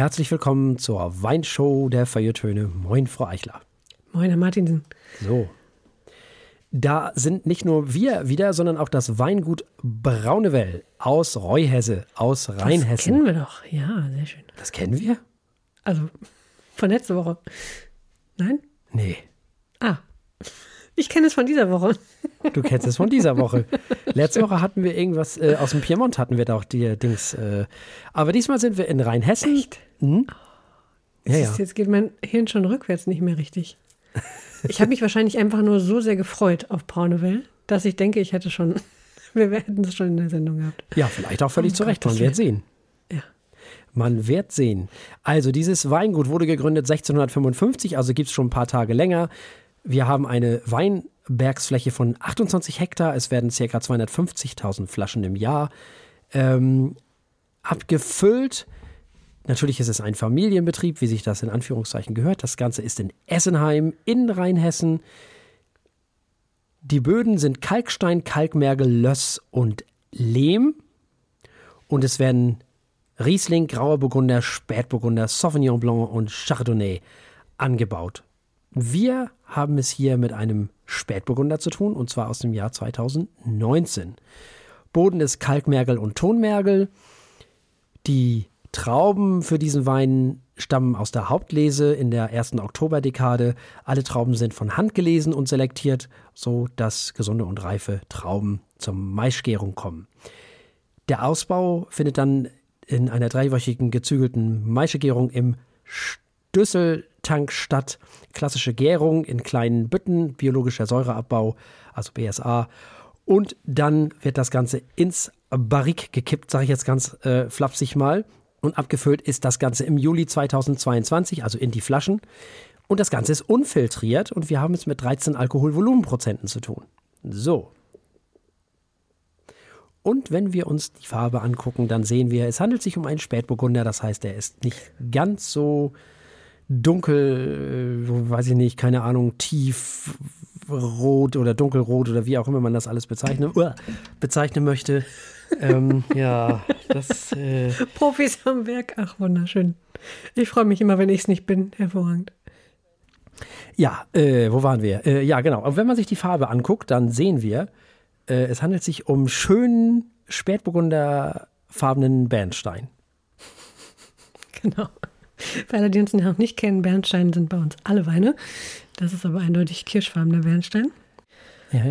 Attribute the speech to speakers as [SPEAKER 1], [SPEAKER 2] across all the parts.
[SPEAKER 1] Herzlich willkommen zur Weinshow der Feuilletöne. Moin, Frau Eichler.
[SPEAKER 2] Moin, Herr Martinsen.
[SPEAKER 1] So, da sind nicht nur wir wieder, sondern auch das Weingut Braunewell aus Reuhesse, aus Rheinhessen.
[SPEAKER 2] Das kennen wir doch, ja, sehr schön.
[SPEAKER 1] Das kennen wir?
[SPEAKER 2] Also, von letzter Woche. Nein?
[SPEAKER 1] Nee.
[SPEAKER 2] Ah, ich kenne es von dieser Woche.
[SPEAKER 1] Du kennst es von dieser Woche. Letzte Woche hatten wir irgendwas, aus dem Piemont hatten wir doch die Dings. Aber diesmal sind wir in Rheinhessen.
[SPEAKER 2] Echt?
[SPEAKER 1] Mhm. Ja, ja.
[SPEAKER 2] Jetzt geht mein Hirn schon rückwärts nicht mehr richtig. Ich habe mich wahrscheinlich einfach nur so sehr gefreut auf Braunewell, dass ich denke, wir hätten es schon in der Sendung gehabt.
[SPEAKER 1] Ja, vielleicht auch völlig zu Recht. Man wird sehen.
[SPEAKER 2] Ja.
[SPEAKER 1] Man wird sehen. Also dieses Weingut wurde gegründet 1655, also gibt es schon ein paar Tage länger. Wir haben eine Weinbergsfläche von 28 Hektar. Es werden ca. 250.000 Flaschen im Jahr abgefüllt. Natürlich ist es ein Familienbetrieb, wie sich das in Anführungszeichen gehört. Das Ganze ist in Essenheim in Rheinhessen. Die Böden sind Kalkstein, Kalkmergel, Löss und Lehm. Und es werden Riesling, Grauer Burgunder, Spätburgunder, Sauvignon Blanc und Chardonnay angebaut. Wir haben es hier mit einem Spätburgunder zu tun, und zwar aus dem Jahr 2019. Boden ist Kalkmergel und Tonmergel. Die Trauben für diesen Wein stammen aus der Hauptlese in der ersten Oktoberdekade. Alle Trauben sind von Hand gelesen und selektiert, so dass gesunde und reife Trauben zur Maischgärung kommen. Der Ausbau findet dann in einer dreiwöchigen gezügelten Maischegärung im Düsseltank statt. Klassische Gärung in kleinen Bütten, biologischer Säureabbau, also BSA. Und dann wird das Ganze ins Barrique gekippt, sage ich jetzt ganz flapsig mal. Und abgefüllt ist das Ganze im Juli 2022, also in die Flaschen. Und das Ganze ist unfiltriert und wir haben es mit 13 Alkoholvolumenprozenten zu tun. So. Und wenn wir uns die Farbe angucken, dann sehen wir, es handelt sich um einen Spätburgunder. Das heißt, er ist nicht ganz so dunkel, weiß ich nicht, keine Ahnung, tiefrot oder dunkelrot oder wie auch immer man das alles bezeichnen möchte. Ja, das...
[SPEAKER 2] Profis am Werk, ach wunderschön. Ich freue mich immer, wenn ich es nicht bin, hervorragend.
[SPEAKER 1] Ja, wo waren wir? Ja, genau. Aber wenn man sich die Farbe anguckt, dann sehen wir, es handelt sich um schönen spätburgunderfarbenen Bernstein.
[SPEAKER 2] Genau. Für alle, die uns noch nicht kennen, Bernstein sind bei uns alle Weine. Das ist aber eindeutig kirschfarbener Bernstein.
[SPEAKER 1] Ja.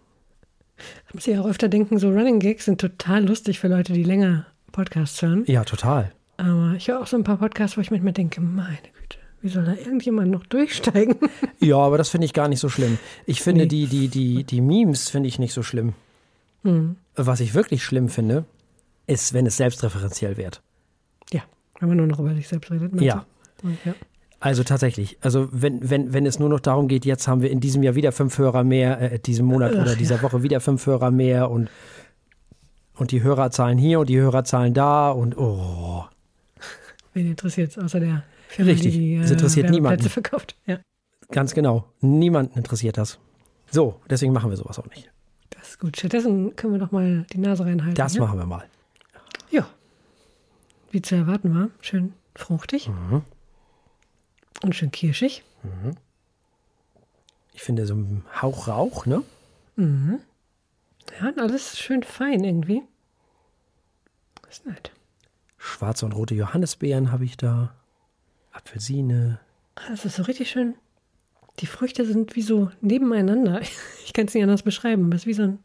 [SPEAKER 2] Da muss ich auch öfter denken, so Running Gigs sind total lustig für Leute, die länger Podcasts hören.
[SPEAKER 1] Ja, total.
[SPEAKER 2] Aber ich höre auch so ein paar Podcasts, wo ich manchmal denke, meine Güte, wie soll da irgendjemand noch durchsteigen?
[SPEAKER 1] Ja, aber das finde ich gar nicht so schlimm. Ich finde die Memes finde ich nicht so schlimm.
[SPEAKER 2] Mhm.
[SPEAKER 1] Was ich wirklich schlimm finde, ist, wenn es selbstreferenziell wird.
[SPEAKER 2] Ja, wenn man nur noch über sich selbst redet.
[SPEAKER 1] Ja.
[SPEAKER 2] Ja.
[SPEAKER 1] Also tatsächlich, also wenn es nur noch darum geht, jetzt haben wir in diesem Jahr wieder 5 Hörer mehr, diesem Monat oder dieser Woche wieder 5 Hörer mehr und die Hörerzahlen hier und die Hörerzahlen da und oh.
[SPEAKER 2] Wen interessiert es außer der Firma,
[SPEAKER 1] Richtig,
[SPEAKER 2] die
[SPEAKER 1] es interessiert niemanden.
[SPEAKER 2] Plätze verkauft. Ja.
[SPEAKER 1] Ganz genau, niemanden interessiert das. So, deswegen machen wir sowas auch nicht.
[SPEAKER 2] Das ist gut. Stattdessen können wir doch mal die Nase reinhalten.
[SPEAKER 1] Das machen wir mal.
[SPEAKER 2] Ja. Wie zu erwarten war, schön fruchtig.
[SPEAKER 1] Mhm.
[SPEAKER 2] Und schön kirschig.
[SPEAKER 1] Mhm. Ich finde so ein Hauch Rauch, ne?
[SPEAKER 2] Mhm. Ja, und alles schön fein irgendwie. Das ist nett.
[SPEAKER 1] Schwarze und rote Johannisbeeren habe ich da. Apfelsine.
[SPEAKER 2] Das ist so richtig schön. Die Früchte sind wie so nebeneinander. Ich kann es nicht anders beschreiben, aber es ist wie so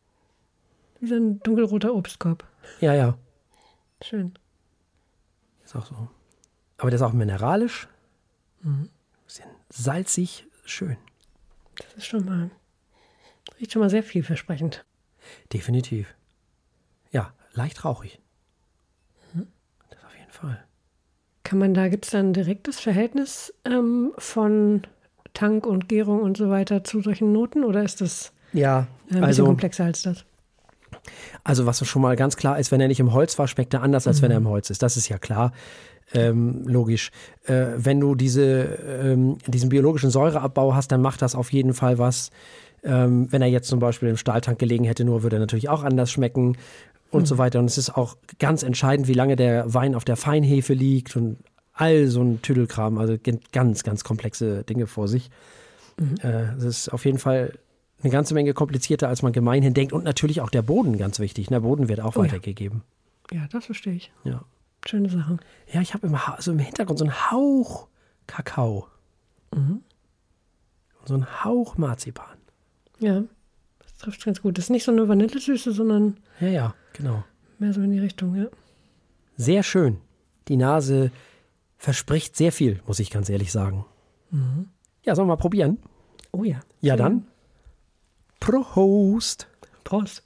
[SPEAKER 2] ein dunkelroter Obstkorb.
[SPEAKER 1] Ja.
[SPEAKER 2] Schön.
[SPEAKER 1] Ist auch so. Aber der ist auch mineralisch.
[SPEAKER 2] Mhm.
[SPEAKER 1] Bisschen salzig, schön.
[SPEAKER 2] Das ist riecht schon mal sehr vielversprechend.
[SPEAKER 1] Definitiv. Ja, leicht rauchig.
[SPEAKER 2] Mhm.
[SPEAKER 1] Das auf jeden Fall.
[SPEAKER 2] Gibt es da ein direktes Verhältnis von Tank und Gärung und so weiter zu solchen Noten oder ist das
[SPEAKER 1] ein
[SPEAKER 2] bisschen komplexer als das?
[SPEAKER 1] Also was schon mal ganz klar ist, wenn er nicht im Holz war, schmeckt er anders, als wenn er im Holz ist. Das ist ja klar. Logisch. Wenn du diesen biologischen Säureabbau hast, dann macht das auf jeden Fall was. Wenn er jetzt zum Beispiel im Stahltank gelegen hätte, würde er natürlich auch anders schmecken und so weiter. Und es ist auch ganz entscheidend, wie lange der Wein auf der Feinhefe liegt und all so ein Tüdelkram, also ganz, ganz komplexe Dinge vor sich. Es ist auf jeden Fall eine ganze Menge komplizierter, als man gemeinhin denkt. Und natürlich auch der Boden, ganz wichtig. Der Boden wird auch weitergegeben.
[SPEAKER 2] Ja, das verstehe ich.
[SPEAKER 1] Ja.
[SPEAKER 2] Schöne Sache.
[SPEAKER 1] Ja, ich habe so im Hintergrund so einen Hauch Kakao. Und so einen Hauch Marzipan.
[SPEAKER 2] Ja, das trifft ganz gut. Das ist nicht so eine Vanillesüße, sondern
[SPEAKER 1] Ja, genau.
[SPEAKER 2] mehr so in die Richtung, ja.
[SPEAKER 1] Sehr schön. Die Nase verspricht sehr viel, muss ich ganz ehrlich sagen. Ja, sollen wir mal probieren?
[SPEAKER 2] Oh ja.
[SPEAKER 1] Ja, dann. Prost.
[SPEAKER 2] Prost.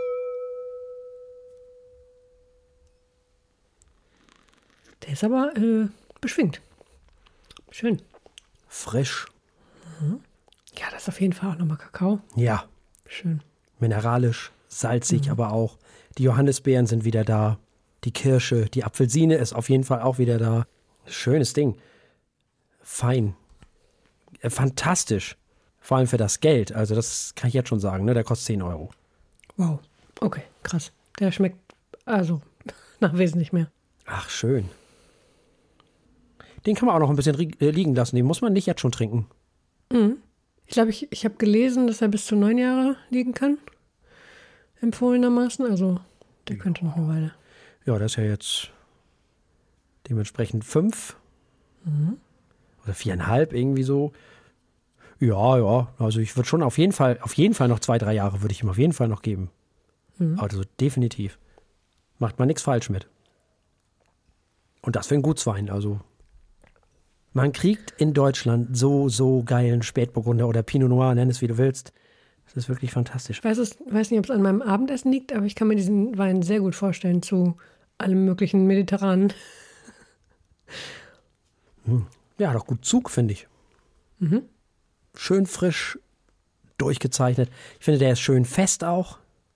[SPEAKER 2] Der ist aber beschwingt. Schön.
[SPEAKER 1] Frisch.
[SPEAKER 2] Ja, das ist auf jeden Fall auch nochmal Kakao.
[SPEAKER 1] Ja.
[SPEAKER 2] Schön.
[SPEAKER 1] Mineralisch, salzig, aber auch. Die Johannisbeeren sind wieder da. Die Kirsche, die Apfelsine ist auf jeden Fall auch wieder da. Schönes Ding. Fein. Fantastisch. Vor allem für das Geld. Also das kann ich jetzt schon sagen. Ne? Der kostet 10 Euro.
[SPEAKER 2] Wow. Okay, krass. Der schmeckt also nach wesentlich mehr.
[SPEAKER 1] Ach, schön. Den kann man auch noch ein bisschen liegen lassen. Den muss man nicht jetzt schon trinken.
[SPEAKER 2] Ich glaube, ich habe gelesen, dass er bis zu 9 Jahre liegen kann. Empfohlenermaßen. Also der könnte noch eine Weile.
[SPEAKER 1] Ja, das ist ja jetzt dementsprechend 5. Oder 4,5 irgendwie so. Ja. Also ich würde schon auf jeden Fall noch 2, 3 Jahre würde ich ihm auf jeden Fall noch geben. Also definitiv. Macht man nichts falsch mit. Und das für einen Gutswein. Also man kriegt in Deutschland so geilen Spätburgunder oder Pinot Noir, nenn es wie du willst. Das ist wirklich fantastisch.
[SPEAKER 2] Ich weiß nicht, ob es an meinem Abendessen liegt, aber ich kann mir diesen Wein sehr gut vorstellen zu allem möglichen Mediterranen.
[SPEAKER 1] Ja, doch gut Zug, finde ich. Schön frisch durchgezeichnet. Ich finde, der ist schön fest auch.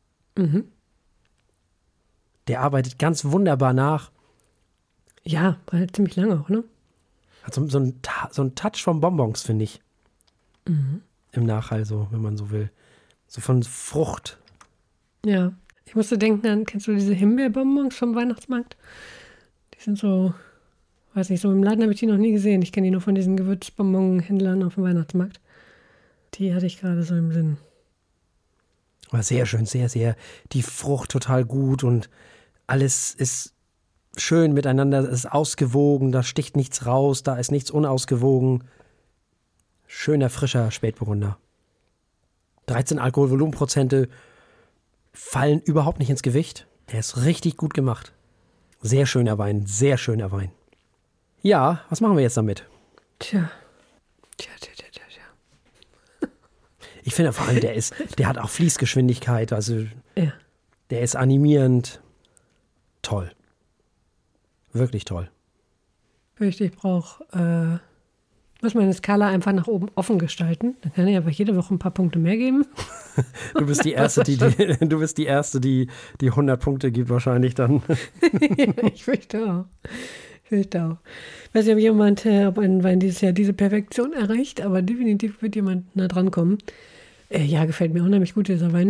[SPEAKER 1] Der arbeitet ganz wunderbar nach.
[SPEAKER 2] Ja, halt ziemlich lange auch, ne?
[SPEAKER 1] Hat so einen Touch von Bonbons, finde ich. Im Nachhall so, wenn man so will. So von Frucht.
[SPEAKER 2] Ja. Ich musste denken kennst du diese Himbeerbonbons vom Weihnachtsmarkt? Die sind so, weiß nicht, so im Laden habe ich die noch nie gesehen. Ich kenne die nur von diesen Gewürzbonbon-Händlern auf dem Weihnachtsmarkt. Die hatte ich gerade so im Sinn.
[SPEAKER 1] War sehr schön, sehr, die Frucht total gut und alles ist schön miteinander, es ist ausgewogen, da sticht nichts raus, da ist nichts unausgewogen. Schöner, frischer Spätburgunder. 13 Alkoholvolumenprozente fallen überhaupt nicht ins Gewicht. Der ist richtig gut gemacht. Sehr schöner Wein, sehr schöner Wein. Ja, was machen wir jetzt damit?
[SPEAKER 2] Tja.
[SPEAKER 1] Ich finde vor allem, der hat auch Fließgeschwindigkeit, also
[SPEAKER 2] Ja.
[SPEAKER 1] der ist animierend. Toll. Wirklich toll.
[SPEAKER 2] Ich muss meine Skala einfach nach oben offen gestalten. Dann kann ich einfach jede Woche ein paar Punkte mehr geben.
[SPEAKER 1] Du bist die Erste, die 100 Punkte gibt wahrscheinlich dann.
[SPEAKER 2] Ja, ich fürchte auch. Ich weiß nicht, ob ein Wein dieses Jahr diese Perfektion erreicht, aber definitiv wird jemand nah dran kommen. Ja, gefällt mir unheimlich gut, dieser Wein.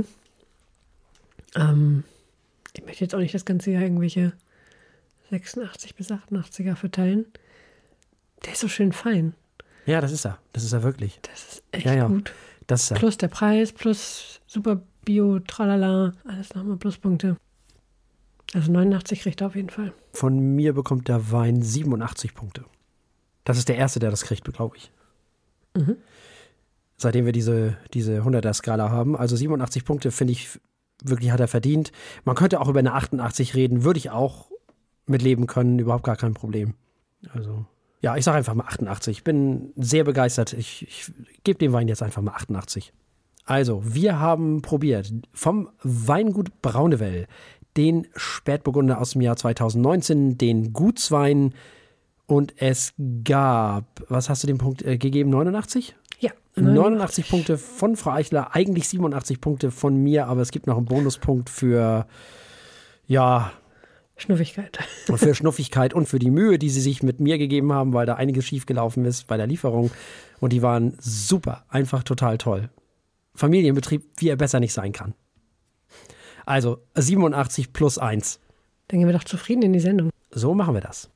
[SPEAKER 2] Ich möchte jetzt auch nicht das ganze Jahr irgendwelche 86 bis 88er verteilen. Der ist so schön fein.
[SPEAKER 1] Ja, das ist er. Das ist er wirklich.
[SPEAKER 2] Das ist echt gut.
[SPEAKER 1] Das ist er.
[SPEAKER 2] Plus der Preis, plus super Bio, tralala, alles nochmal Pluspunkte. Also 89 kriegt er auf jeden Fall.
[SPEAKER 1] Von mir bekommt der Wein 87 Punkte. Das ist der Erste, der das kriegt, glaube ich. Seitdem wir diese 100er-Skala haben. Also 87 Punkte, finde ich, wirklich hat er verdient. Man könnte auch über eine 88 reden, würde ich auch mitleben können, überhaupt gar kein Problem. Also, ja, ich sage einfach mal 88. Ich bin sehr begeistert. Ich gebe dem Wein jetzt einfach mal 88. Also, wir haben probiert vom Weingut Braunewell den Spätburgunder aus dem Jahr 2019, den Gutswein, und es gab, was hast du dem Punkt gegeben, 89?
[SPEAKER 2] Ja.
[SPEAKER 1] 89 Punkte von Frau Eichler, eigentlich 87 Punkte von mir, aber es gibt noch einen Bonuspunkt für, ja,
[SPEAKER 2] Schnuffigkeit.
[SPEAKER 1] für Schnuffigkeit und für die Mühe, die sie sich mit mir gegeben haben, weil da einiges schiefgelaufen ist bei der Lieferung. Und die waren super, einfach total toll. Familienbetrieb, wie er besser nicht sein kann. Also 87 plus 1.
[SPEAKER 2] Dann gehen wir doch zufrieden in die Sendung.
[SPEAKER 1] So machen wir das.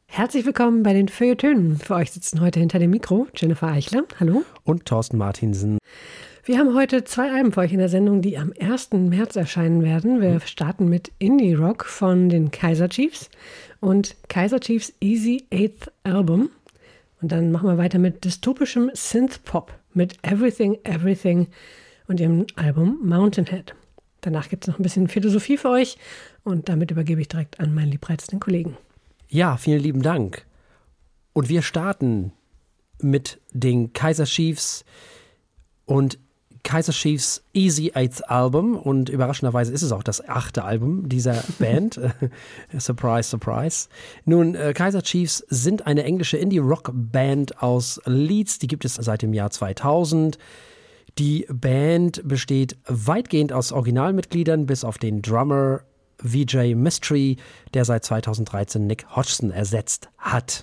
[SPEAKER 2] Herzlich willkommen bei den Feuilletönen. Für euch sitzen heute hinter dem Mikro Jennifer Eichler. Hallo.
[SPEAKER 1] Und Thorsten Martinsen.
[SPEAKER 2] Wir haben heute 2 Alben für euch in der Sendung, die am 1. März erscheinen werden. Wir starten mit Indie Rock von den Kaiser Chiefs und Kaiser Chiefs Easy 8th Album. Und dann machen wir weiter mit dystopischem Synth-Pop mit Everything Everything und ihrem Album Mountainhead. Danach gibt es noch ein bisschen Philosophie für euch und damit übergebe ich direkt an meinen liebreizenden Kollegen.
[SPEAKER 1] Ja, vielen lieben Dank. Und wir starten mit den Kaiser Chiefs und Kaiser Chiefs Easy 8th Album. Und überraschenderweise ist es auch das 8. Album dieser Band. Surprise, surprise. Nun, Kaiser Chiefs sind eine englische Indie-Rock-Band aus Leeds. Die gibt es seit dem Jahr 2000. Die Band besteht weitgehend aus Originalmitgliedern, bis auf den Drummer VJ Mystery, der seit 2013 Nick Hodgson ersetzt hat.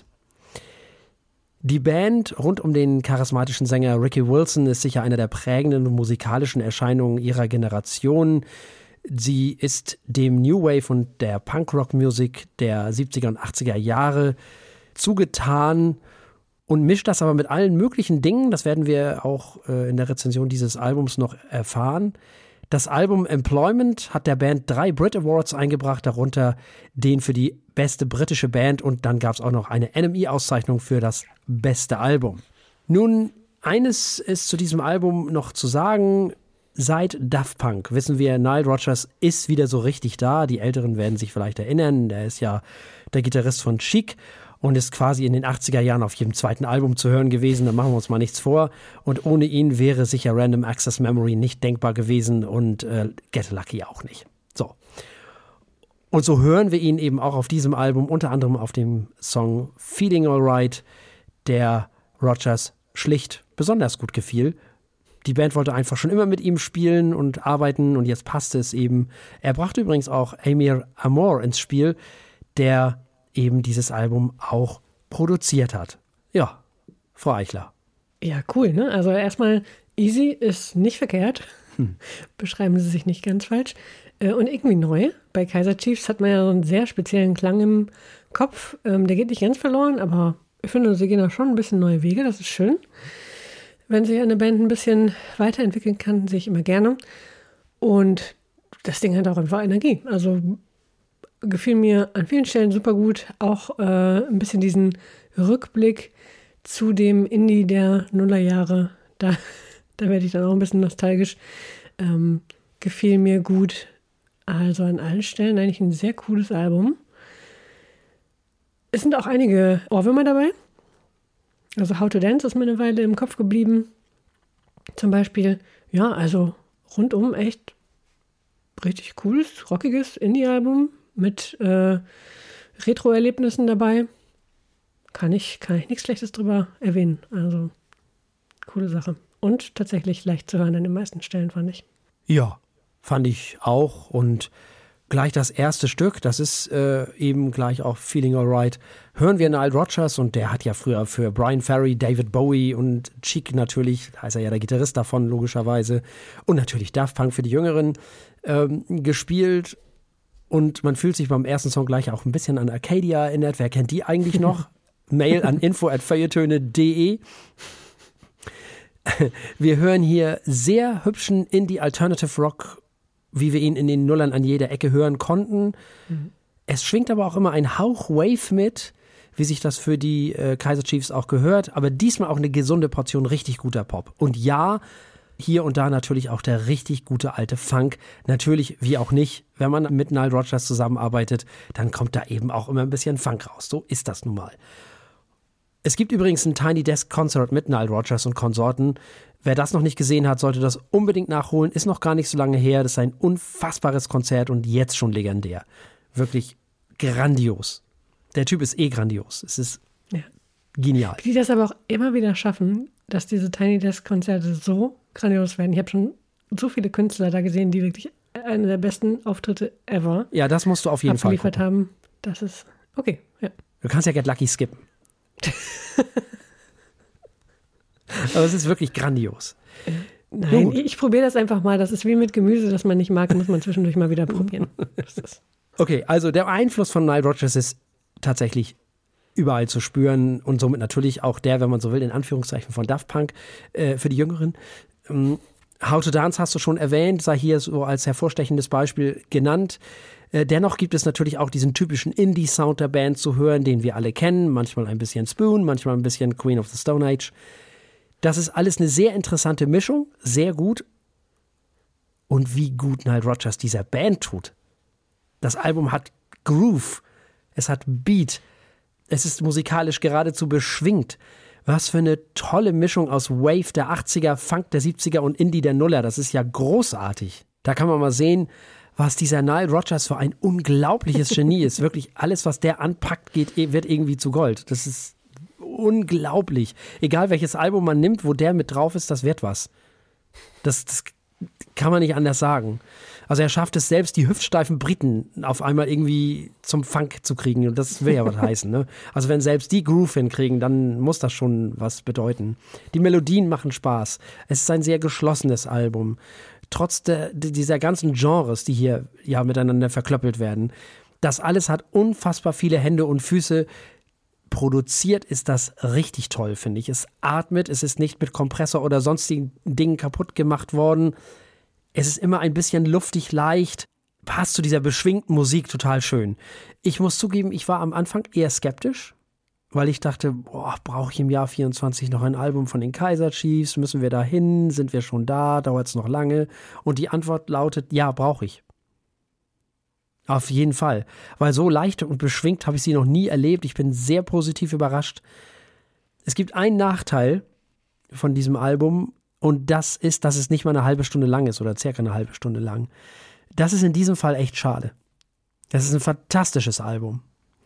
[SPEAKER 1] Die Band rund um den charismatischen Sänger Ricky Wilson ist sicher eine der prägenden musikalischen Erscheinungen ihrer Generation. Sie ist dem New Wave und der Punkrock-Musik der 70er und 80er Jahre zugetan und mischt das aber mit allen möglichen Dingen. Das werden wir auch in der Rezension dieses Albums noch erfahren. Das Album Employment hat der Band 3 Brit Awards eingebracht, darunter den für die beste britische Band und dann gab es auch noch eine NME-Auszeichnung für das beste Album. Nun, eines ist zu diesem Album noch zu sagen. Seit Daft Punk wissen wir, Nile Rodgers ist wieder so richtig da. Die Älteren werden sich vielleicht erinnern, der ist ja der Gitarrist von Chic und ist quasi in den 80er Jahren auf jedem zweiten Album zu hören gewesen. Da machen wir uns mal nichts vor. Und ohne ihn wäre sicher Random Access Memory nicht denkbar gewesen und Get Lucky auch nicht. So. Und so hören wir ihn eben auch auf diesem Album, unter anderem auf dem Song Feeling Alright, der Rodgers schlicht besonders gut gefiel. Die Band wollte einfach schon immer mit ihm spielen und arbeiten und jetzt passte es eben. Er brachte übrigens auch Amir Amor ins Spiel, der eben dieses Album auch produziert hat. Ja, Frau Eichler.
[SPEAKER 2] Ja, cool, ne? Also erstmal, Easy ist nicht verkehrt. Beschreiben Sie sich nicht ganz falsch. Und irgendwie neu. Bei Kaiser Chiefs hat man ja so einen sehr speziellen Klang im Kopf. Der geht nicht ganz verloren, aber ich finde, sie gehen da schon ein bisschen neue Wege. Das ist schön. Wenn sich eine Band ein bisschen weiterentwickeln kann, sehe ich immer gerne. Und das Ding hat auch einfach Energie. Also gefiel mir an vielen Stellen super gut. Auch ein bisschen diesen Rückblick zu dem Indie der Nullerjahre. Da werde ich dann auch ein bisschen nostalgisch. Gefiel mir gut. Also an allen Stellen eigentlich ein sehr cooles Album. Es sind auch einige Ohrwürmer dabei. Also How to Dance ist mir eine Weile im Kopf geblieben. Zum Beispiel, ja, also rundum echt richtig cooles, rockiges Indie-Album mit Retro-Erlebnissen dabei. Kann ich nichts Schlechtes drüber erwähnen. Also, coole Sache. Und tatsächlich leicht zu hören an den meisten Stellen, fand ich.
[SPEAKER 1] Ja, fand ich auch. Und gleich das erste Stück, das ist eben gleich auch Feeling Alright, hören wir Nile Rodgers und der hat ja früher für Brian Ferry, David Bowie und Chic natürlich, da ist er ja der Gitarrist davon logischerweise, und natürlich Daft Punk für die Jüngeren gespielt. Und man fühlt sich beim ersten Song gleich auch ein bisschen an Arcadia erinnert. Wer kennt die eigentlich noch? Mail an info@feuilletöne.de. Wir hören hier sehr hübschen Indie-Alternative Rock, wie wir ihn in den Nullern an jeder Ecke hören konnten. Mhm. Es schwingt aber auch immer ein Hauch Wave mit, wie sich das für die Kaiser Chiefs auch gehört. Aber diesmal auch eine gesunde Portion richtig guter Pop. Und ja, hier und da natürlich auch der richtig gute alte Funk. Natürlich, wie auch nicht, wenn man mit Nile Rodgers zusammenarbeitet, dann kommt da eben auch immer ein bisschen Funk raus. So ist das nun mal. Es gibt übrigens ein Tiny Desk Concert mit Nile Rodgers und Konsorten. Wer das noch nicht gesehen hat, sollte das unbedingt nachholen. Ist noch gar nicht so lange her. Das ist ein unfassbares Konzert und jetzt schon legendär. Wirklich grandios. Der Typ ist grandios. Es ist genial.
[SPEAKER 2] Die das aber auch immer wieder schaffen, dass diese Tiny Desk Konzerte so grandios werden. Ich habe schon so viele Künstler da gesehen, die wirklich eine der besten Auftritte ever
[SPEAKER 1] ja, das musst du auf jeden Fall gucken.
[SPEAKER 2] Haben. Das ist okay, ja.
[SPEAKER 1] Du kannst ja Get Lucky skippen. Aber es ist wirklich grandios.
[SPEAKER 2] Nein, ich probiere das einfach mal. Das ist wie mit Gemüse, das man nicht mag, muss man zwischendurch mal wieder probieren.
[SPEAKER 1] Okay, also der Einfluss von Nile Rodgers ist tatsächlich überall zu spüren und somit natürlich auch der, wenn man so will, in Anführungszeichen von Daft Punk für die Jüngeren. How to Dance hast du schon erwähnt, sei hier so als hervorstechendes Beispiel genannt. Dennoch gibt es natürlich auch diesen typischen Indie-Sound der Band zu hören, den wir alle kennen. Manchmal ein bisschen Spoon, manchmal ein bisschen Queen of the Stone Age. Das ist alles eine sehr interessante Mischung, sehr gut. Und wie gut Nile Rodgers dieser Band tut. Das Album hat Groove, es hat Beat, es ist musikalisch geradezu beschwingt. Was für eine tolle Mischung aus Wave der 80er, Funk der 70er und Indie der Nuller. Das ist ja großartig. Da kann man mal sehen, was dieser Nile Rodgers für ein unglaubliches Genie ist. Wirklich alles, was der anpackt, wird irgendwie zu Gold. Das ist unglaublich. Egal welches Album man nimmt, wo der mit drauf ist, das wird was. Das kann man nicht anders sagen. Also er schafft es selbst, die hüftsteifen Briten auf einmal irgendwie zum Funk zu kriegen. Und das will ja was heißen. Ne? Also wenn selbst die Groove hinkriegen, dann muss das schon was bedeuten. Die Melodien machen Spaß. Es ist ein sehr geschlossenes Album. Trotz dieser ganzen Genres, die hier ja miteinander verklöppelt werden. Das alles hat unfassbar viele Hände und Füße. Produziert ist das richtig toll, finde ich. Es atmet, es ist nicht mit Kompressor oder sonstigen Dingen kaputt gemacht worden. Es ist immer ein bisschen luftig leicht, passt zu dieser beschwingten Musik total schön. Ich muss zugeben, ich war am Anfang eher skeptisch, weil ich dachte, brauche ich im Jahr 24 noch ein Album von den Kaiser Chiefs? Müssen wir da hin? Sind wir schon da? Dauert es noch lange? Und die Antwort lautet, ja, brauche ich. Auf jeden Fall, weil so leicht und beschwingt habe ich sie noch nie erlebt. Ich bin sehr positiv überrascht. Es gibt einen Nachteil von diesem Album und das ist, dass es nicht mal eine halbe Stunde lang ist oder circa eine halbe Stunde lang. Das ist in diesem Fall echt schade. Das ist ein fantastisches Album.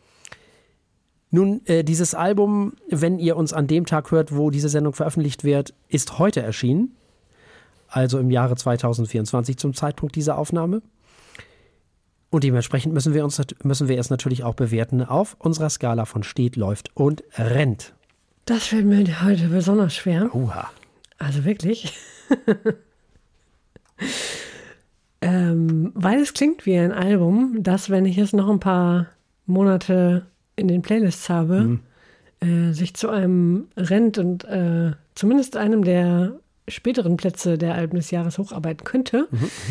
[SPEAKER 1] Nun, dieses Album, wenn ihr uns an dem Tag hört, wo diese Sendung veröffentlicht wird, ist heute erschienen. Also im Jahre 2024 zum Zeitpunkt dieser Aufnahme. Und dementsprechend müssen wir es natürlich auch bewerten auf unserer Skala von steht, läuft und rennt.
[SPEAKER 2] Das fällt mir heute besonders schwer.
[SPEAKER 1] Oha.
[SPEAKER 2] Also wirklich. Weil es klingt wie ein Album, das, wenn ich es noch ein paar Monate in den Playlists habe, sich zu einem rennt und zumindest einem der späteren Plätze der Alben des Jahres hocharbeiten könnte.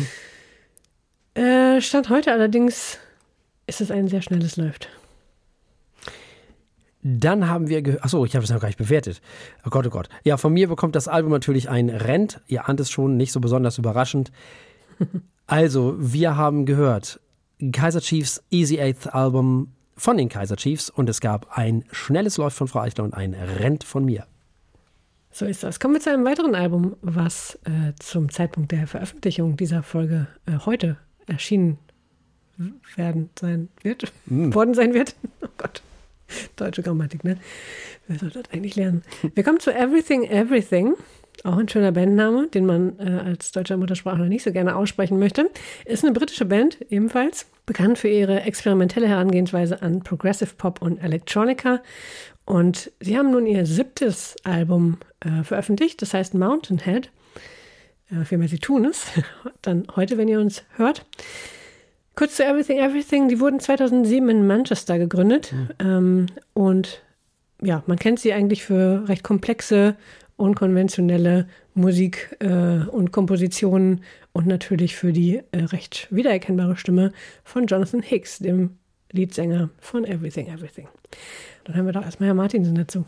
[SPEAKER 2] Stand heute allerdings ist es ein sehr schnelles Läuft.
[SPEAKER 1] Dann haben wir achso, ich habe es noch gar nicht bewertet. Oh Gott, oh Gott. Ja, von mir bekommt das Album natürlich ein Rennt. Ihr ahnt es schon, nicht so besonders überraschend. Also, wir haben gehört Kaiser Chiefs Easy Eighth Album von den Kaiser Chiefs und es gab ein schnelles Läuft von Frau Eichler und ein Rennt von mir.
[SPEAKER 2] So ist das. Kommen wir zu einem weiteren Album, was zum Zeitpunkt der Veröffentlichung dieser Folge heute erschienen worden sein wird. Oh Gott, deutsche Grammatik, ne? Wer soll das eigentlich lernen? Wir kommen zu Everything Everything, auch ein schöner Bandname, den man als deutscher Muttersprachler nicht so gerne aussprechen möchte. Ist eine britische Band, ebenfalls bekannt für ihre experimentelle Herangehensweise an Progressive Pop und Electronica. Und sie haben nun ihr 7. Album veröffentlicht, das heißt Mountainhead. Vielmehr sie tun es, dann heute, wenn ihr uns hört. Kurz zu Everything Everything, die wurden 2007 in Manchester gegründet. Und ja, man kennt sie eigentlich für recht komplexe, unkonventionelle Musik und Kompositionen und natürlich für die recht wiedererkennbare Stimme von Jonathan Hicks, dem Leadsänger von Everything Everything. Dann hören wir doch erstmal Herr Martinsen dazu.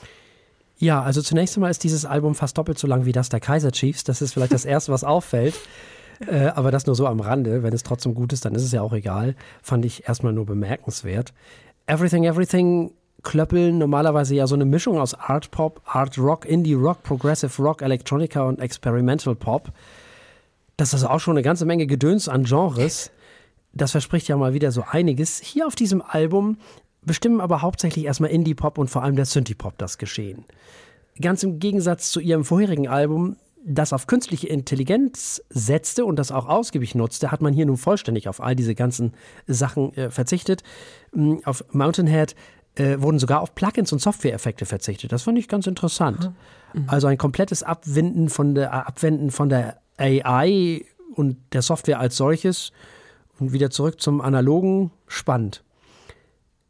[SPEAKER 1] Ja, also zunächst einmal ist dieses Album fast doppelt so lang wie das der Kaiser Chiefs. Das ist vielleicht das Erste, was auffällt. Aber das nur so am Rande. Wenn es trotzdem gut ist, dann ist es ja auch egal. Fand ich erstmal nur bemerkenswert. Everything Everything klöppeln normalerweise ja so eine Mischung aus Art Pop, Art Rock, Indie Rock, Progressive Rock, Electronica und Experimental Pop. Das ist auch schon eine ganze Menge Gedöns an Genres. Das verspricht ja mal wieder so einiges. Hier auf diesem Album bestimmen aber hauptsächlich erstmal Indie-Pop und vor allem der Synthie-Pop das Geschehen. Ganz im Gegensatz zu ihrem vorherigen Album, das auf künstliche Intelligenz setzte und das auch ausgiebig nutzte, hat man hier nun vollständig auf all diese ganzen Sachen verzichtet. Auf Mountainhead wurden sogar auf Plugins und Software-Effekte verzichtet. Das fand ich ganz interessant. Also ein komplettes Abwenden von der AI und der Software als solches und wieder zurück zum Analogen. Spannend.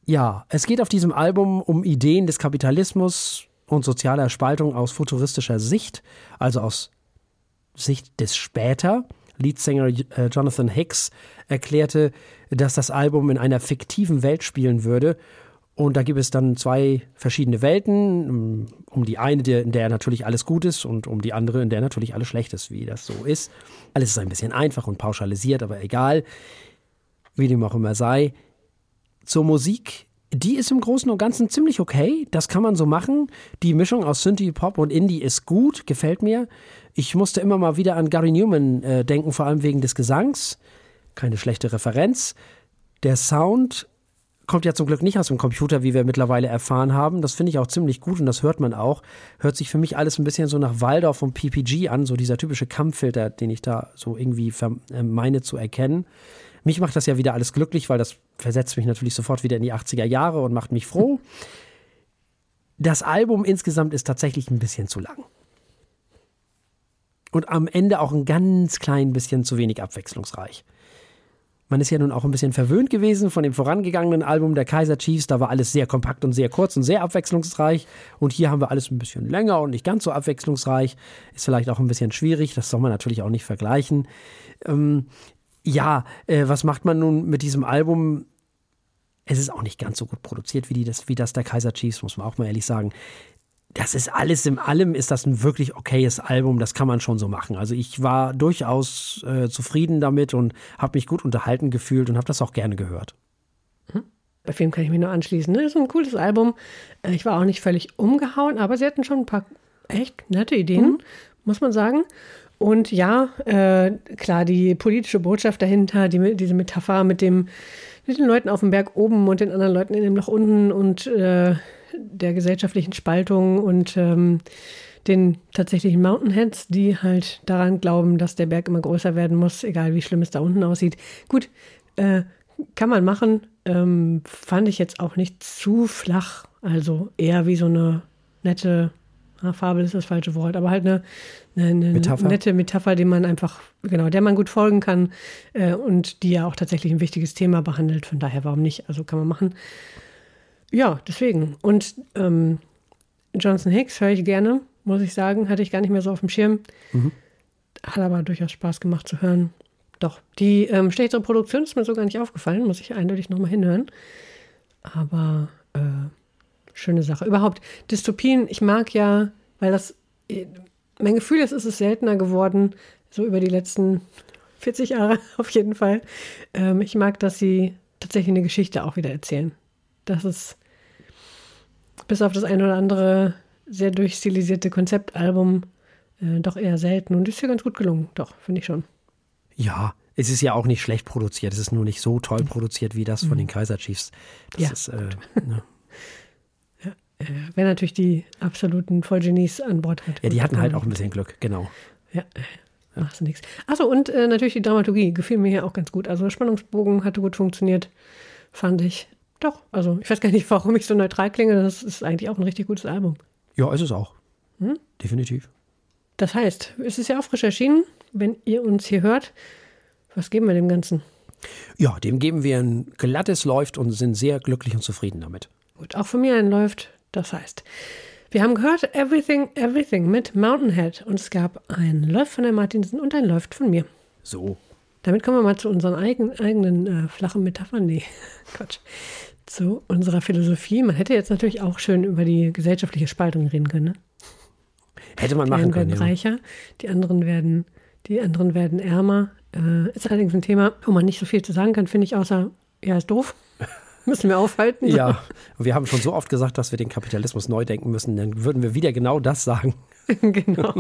[SPEAKER 1] Ja, es geht auf diesem Album um Ideen des Kapitalismus und sozialer Spaltung aus futuristischer Sicht, also aus Sicht des Später. Leadsänger Jonathan Hicks erklärte, dass das Album in einer fiktiven Welt spielen würde. Und da gibt es dann 2 verschiedene Welten. Um die eine, in der natürlich alles gut ist, und um die andere, in der natürlich alles schlecht ist, wie das so ist. Alles ist ein bisschen einfach und pauschalisiert, aber egal, wie dem auch immer sei. Zur Musik, die ist im Großen und Ganzen ziemlich okay. Das kann man so machen. Die Mischung aus Synthie, Pop und Indie ist gut, gefällt mir. Ich musste immer mal wieder an Gary Newman denken, vor allem wegen des Gesangs. Keine schlechte Referenz. Der Sound kommt ja zum Glück nicht aus dem Computer, wie wir mittlerweile erfahren haben. Das finde ich auch ziemlich gut und das hört man auch. Hört sich für mich alles ein bisschen so nach Waldorf und PPG an, so dieser typische Kampffilter, den ich da so irgendwie meine zu erkennen. Mich macht das ja wieder alles glücklich, weil das versetzt mich natürlich sofort wieder in die 80er Jahre und macht mich froh. Das Album insgesamt ist tatsächlich ein bisschen zu lang. Und am Ende auch ein ganz klein bisschen zu wenig abwechslungsreich. Man ist ja nun auch ein bisschen verwöhnt gewesen von dem vorangegangenen Album der Kaiser Chiefs. Da war alles sehr kompakt und sehr kurz und sehr abwechslungsreich. Und hier haben wir alles ein bisschen länger und nicht ganz so abwechslungsreich. Ist vielleicht auch ein bisschen schwierig. Das soll man natürlich auch nicht vergleichen. Was macht man nun mit diesem Album? Es ist auch nicht ganz so gut produziert wie das der Kaiser Chiefs, muss man auch mal ehrlich sagen. Das ist alles in allem, ist das ein wirklich okayes Album, das kann man schon so machen. Also ich war durchaus zufrieden damit und habe mich gut unterhalten gefühlt und habe das auch gerne gehört.
[SPEAKER 2] Bei vielen kann ich mich nur anschließen. Das ist ein cooles Album. Ich war auch nicht völlig umgehauen, aber sie hatten schon ein paar echt nette Ideen, muss man sagen. Und ja, klar, die politische Botschaft dahinter, diese Metapher mit den Leuten auf dem Berg oben und den anderen Leuten in dem Loch unten und der gesellschaftlichen Spaltung und den tatsächlichen Mountainheads, die halt daran glauben, dass der Berg immer größer werden muss, egal wie schlimm es da unten aussieht. Gut, kann man machen. Fand ich jetzt auch nicht zu flach. Also eher wie so eine nette, Fabel ist das falsche Wort, aber halt eine nette Metapher, die man einfach, der man gut folgen kann und die ja auch tatsächlich ein wichtiges Thema behandelt. Von daher, warum nicht? Also kann man machen. Ja, deswegen. Und Jonathan Hicks höre ich gerne, muss ich sagen. Hatte ich gar nicht mehr so auf dem Schirm. Hat aber durchaus Spaß gemacht zu hören. Doch, die schlechtere Produktion ist mir so gar nicht aufgefallen. Muss ich eindeutig nochmal hinhören. Aber schöne Sache. Überhaupt, Dystopien, ich mag ja, weil mein Gefühl ist, es ist seltener geworden, so über die letzten 40 Jahre auf jeden Fall. Ich mag, dass sie tatsächlich eine Geschichte auch wieder erzählen. Das ist bis auf das ein oder andere sehr durchstilisierte Konzeptalbum doch eher selten. Und ist hier ganz gut gelungen. Doch, finde ich schon.
[SPEAKER 1] Ja, es ist ja auch nicht schlecht produziert. Es ist nur nicht so toll produziert wie das von den Kaiser Chiefs. Das ist,
[SPEAKER 2] wer natürlich die absoluten Vollgenies an Bord hat.
[SPEAKER 1] Ja, die hatten halt auch ein bisschen Glück, genau.
[SPEAKER 2] Ja, machst du nichts. Achso, und natürlich die Dramaturgie gefiel mir hier auch ganz gut. Also der Spannungsbogen hatte gut funktioniert, fand ich. Doch, also ich weiß gar nicht, warum ich so neutral klinge. Das ist eigentlich auch ein richtig gutes Album.
[SPEAKER 1] Ja, ist es auch. Definitiv.
[SPEAKER 2] Das heißt, es ist ja auch frisch erschienen, wenn ihr uns hier hört. Was geben wir dem Ganzen?
[SPEAKER 1] Ja, dem geben wir ein glattes Läuft und sind sehr glücklich und zufrieden damit.
[SPEAKER 2] Gut, auch von mir ein Läuft. Das heißt, wir haben gehört Everything, Everything mit Mountainhead und es gab ein Läuft von der Martinsen und ein Läuft von mir.
[SPEAKER 1] So.
[SPEAKER 2] Damit kommen wir mal zu unseren eigenen flachen Metaphern. Nee, Quatsch. Zu unserer Philosophie. Man hätte jetzt natürlich auch schön über die gesellschaftliche Spaltung reden können. Ne?
[SPEAKER 1] Hätte man machen können,
[SPEAKER 2] Die einen werden reicher, die anderen werden ärmer. Ist allerdings ein Thema, wo man nicht so viel zu sagen kann, finde ich, außer, ja, ist doof. Müssen wir aufhalten.
[SPEAKER 1] Ja, wir haben schon so oft gesagt, dass wir den Kapitalismus neu denken müssen, dann würden wir wieder genau das sagen.
[SPEAKER 2] Genau.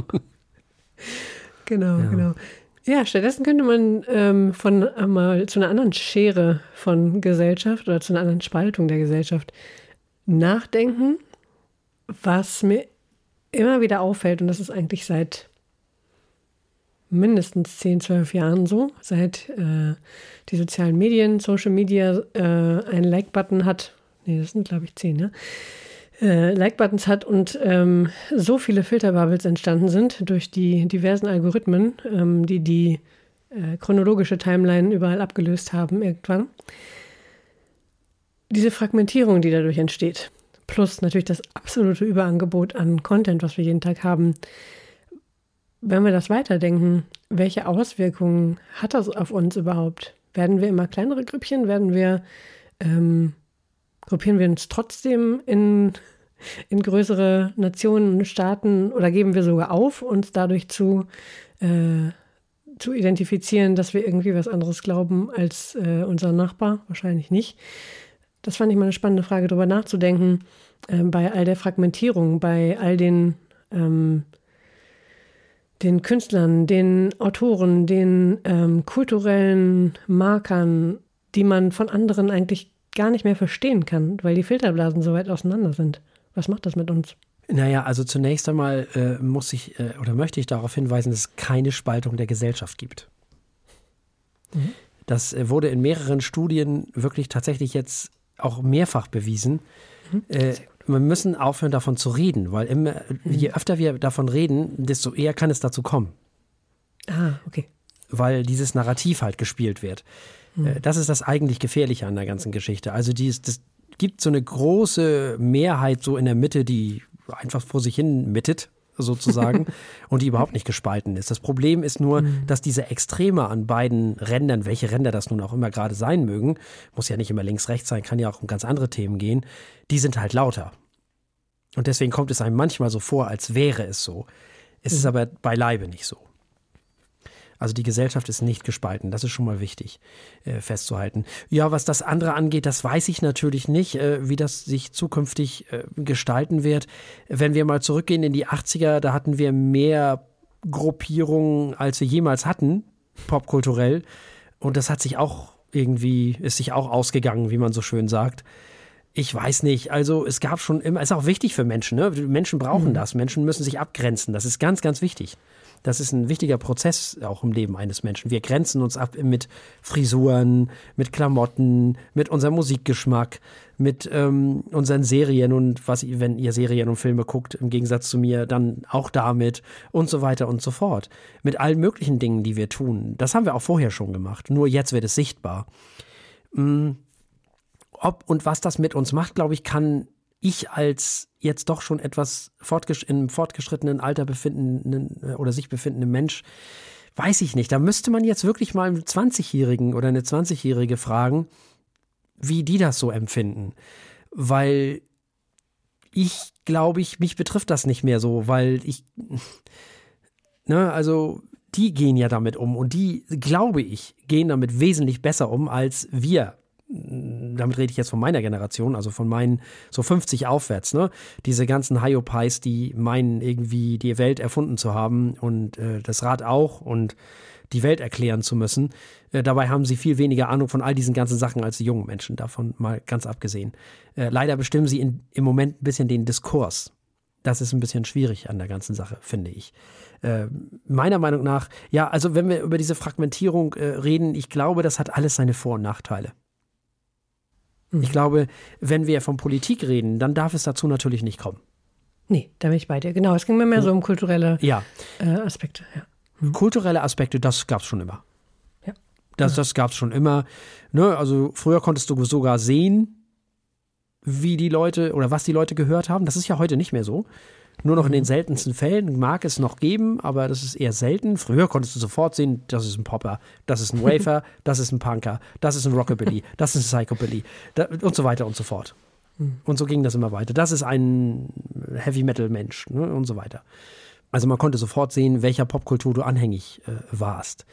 [SPEAKER 2] Genau. Ja, stattdessen könnte man mal zu einer anderen Schere von Gesellschaft oder zu einer anderen Spaltung der Gesellschaft nachdenken, was mir immer wieder auffällt, und das ist eigentlich seit mindestens 10, 12 Jahren so, seit die sozialen Medien, Social Media einen Like-Button hat, das sind glaube ich 10, ne? Like-Buttons hat und so viele Filterbubbles entstanden sind durch die diversen Algorithmen, die chronologische Timeline überall abgelöst haben irgendwann, diese Fragmentierung, die dadurch entsteht, plus natürlich das absolute Überangebot an Content, was wir jeden Tag haben, wenn wir das weiterdenken, welche Auswirkungen hat das auf uns überhaupt? Werden wir immer kleinere Grüppchen? Gruppieren wir uns trotzdem in größere Nationen und Staaten oder geben wir sogar auf, uns dadurch zu identifizieren, dass wir irgendwie was anderes glauben als unser Nachbar? Wahrscheinlich nicht. Das fand ich mal eine spannende Frage, darüber nachzudenken, bei all der Fragmentierung, bei all den Künstlern, den Autoren, den kulturellen Markern, die man von anderen eigentlich gar nicht mehr verstehen kann, weil die Filterblasen so weit auseinander sind. Was macht das mit uns?
[SPEAKER 1] Naja, also zunächst einmal möchte ich darauf hinweisen, dass es keine Spaltung der Gesellschaft gibt. Mhm. Das wurde in mehreren Studien wirklich tatsächlich jetzt auch mehrfach bewiesen. Mhm. Wir müssen aufhören, davon zu reden, weil je öfter wir davon reden, desto eher kann es dazu kommen.
[SPEAKER 2] Ah, okay.
[SPEAKER 1] Weil dieses Narrativ halt gespielt wird. Das ist das eigentlich Gefährliche an der ganzen Geschichte. Also das gibt so eine große Mehrheit so in der Mitte, die einfach vor sich hin mittet, sozusagen, und die überhaupt nicht gespalten ist. Das Problem ist nur, dass diese Extreme an beiden Rändern, welche Ränder das nun auch immer gerade sein mögen, muss ja nicht immer links, rechts sein, kann ja auch um ganz andere Themen gehen, die sind halt lauter. Und deswegen kommt es einem manchmal so vor, als wäre es so. Es ist aber beileibe nicht so. Also die Gesellschaft ist nicht gespalten, das ist schon mal wichtig festzuhalten. Ja, was das andere angeht, das weiß ich natürlich nicht, wie das sich zukünftig gestalten wird. Wenn wir mal zurückgehen in die 80er, da hatten wir mehr Gruppierungen, als wir jemals hatten, popkulturell. Und das ist sich auch ausgegangen, wie man so schön sagt. Ich weiß nicht, also es gab schon immer, ist auch wichtig für Menschen, ne? Menschen brauchen das, Menschen müssen sich abgrenzen, das ist ganz, ganz wichtig. Das ist ein wichtiger Prozess auch im Leben eines Menschen. Wir grenzen uns ab mit Frisuren, mit Klamotten, mit unserem Musikgeschmack, mit unseren Serien und wenn ihr Serien und Filme guckt, im Gegensatz zu mir, dann auch damit und so weiter und so fort. Mit allen möglichen Dingen, die wir tun. Das haben wir auch vorher schon gemacht, nur jetzt wird es sichtbar. Ob und was das mit uns macht, glaube ich, kann ich als jetzt doch schon etwas im fortgeschrittenen Alter befindenden oder sich befindenden Mensch, weiß ich nicht. Da müsste man jetzt wirklich mal einen 20-Jährigen oder eine 20-Jährige fragen, wie die das so empfinden. Weil ich glaube, mich betrifft das nicht mehr so, weil also die gehen ja damit um und die, glaube ich, gehen damit wesentlich besser um als wir. Damit rede ich jetzt von meiner Generation, also von meinen so 50 aufwärts, ne? Diese ganzen Hyopies, die meinen irgendwie die Welt erfunden zu haben und das Rad auch und die Welt erklären zu müssen. Dabei haben sie viel weniger Ahnung von all diesen ganzen Sachen als die jungen Menschen, davon mal ganz abgesehen. Leider bestimmen sie im Moment ein bisschen den Diskurs. Das ist ein bisschen schwierig an der ganzen Sache, finde ich. Meiner Meinung nach, ja, also wenn wir über diese Fragmentierung reden, ich glaube, das hat alles seine Vor- und Nachteile. Ich glaube, wenn wir von Politik reden, dann darf es dazu natürlich nicht kommen.
[SPEAKER 2] Nee, da bin ich bei dir. Genau, es ging mir mehr so um kulturelle Aspekte. Ja.
[SPEAKER 1] Kulturelle Aspekte, das gab es schon immer.
[SPEAKER 2] Ja.
[SPEAKER 1] Das gab es schon immer. Ne? Also früher konntest du sogar sehen, wie die Leute oder was die Leute gehört haben. Das ist ja heute nicht mehr so. Nur noch in den seltensten Fällen mag es noch geben, aber das ist eher selten. Früher konntest du sofort sehen, das ist ein Popper, das ist ein Wafer, das ist ein Punker, das ist ein Rockabilly, das ist ein Psychobilly und so weiter und so fort. Und so ging das immer weiter. Das ist ein Heavy-Metal-Mensch, ne, und so weiter. Also man konnte sofort sehen, welcher Popkultur du anhängig warst.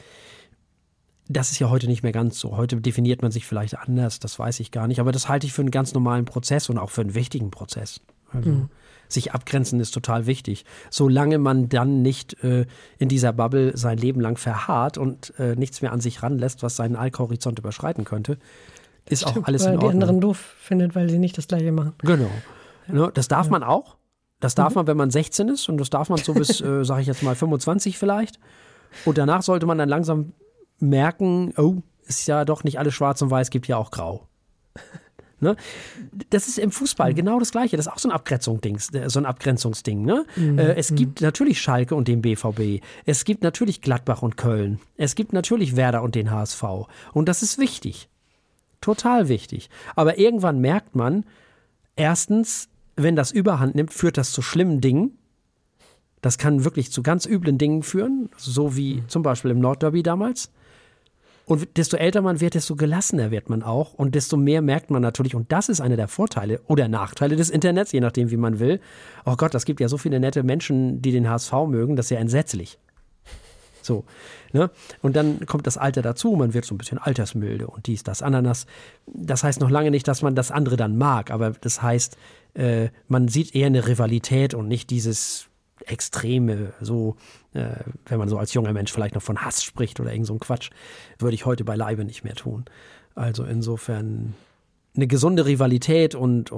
[SPEAKER 1] Das ist ja heute nicht mehr ganz so. Heute definiert man sich vielleicht anders, das weiß ich gar nicht. Aber das halte ich für einen ganz normalen Prozess und auch für einen wichtigen Prozess. Also sich abgrenzen ist total wichtig. Solange man dann nicht in dieser Bubble sein Leben lang verharrt und nichts mehr an sich ranlässt, was seinen Allhorizont überschreiten könnte, ist auch alles in Ordnung.
[SPEAKER 2] Weil die anderen doof findet, weil sie nicht das Gleiche machen.
[SPEAKER 1] Genau. Ja, das darf man auch. Das darf man, wenn man 16 ist, und das darf man so bis, sage ich jetzt mal, 25 vielleicht. Und danach sollte man dann langsam merken, oh, ist ja doch nicht alles schwarz und weiß, gibt ja auch grau. Ne? Das ist im Fußball genau das Gleiche. Das ist auch so ein Abgrenzungsding. Ne? Es gibt natürlich Schalke und den BVB. Es gibt natürlich Gladbach und Köln. Es gibt natürlich Werder und den HSV. Und das ist wichtig. total wichtig. Aber irgendwann merkt man, erstens, wenn das Überhand nimmt, führt das zu schlimmen Dingen. Das kann wirklich zu ganz üblen Dingen führen, so wie zum Beispiel im Nordderby damals. Und desto älter man wird, desto gelassener wird man auch und desto mehr merkt man natürlich, und das ist einer der Vorteile oder Nachteile des Internets, je nachdem, wie man will. Oh Gott, das gibt ja so viele nette Menschen, die den HSV mögen, das ist ja entsetzlich. So, ne? Und dann kommt das Alter dazu, man wird so ein bisschen altersmilde und dies, das, Ananas. Das heißt noch lange nicht, dass man das andere dann mag, aber das heißt, man sieht eher eine Rivalität und nicht dieses Extreme, so, wenn man so als junger Mensch vielleicht noch von Hass spricht oder irgend so ein Quatsch, würde ich heute beileibe nicht mehr tun. Also insofern eine gesunde Rivalität und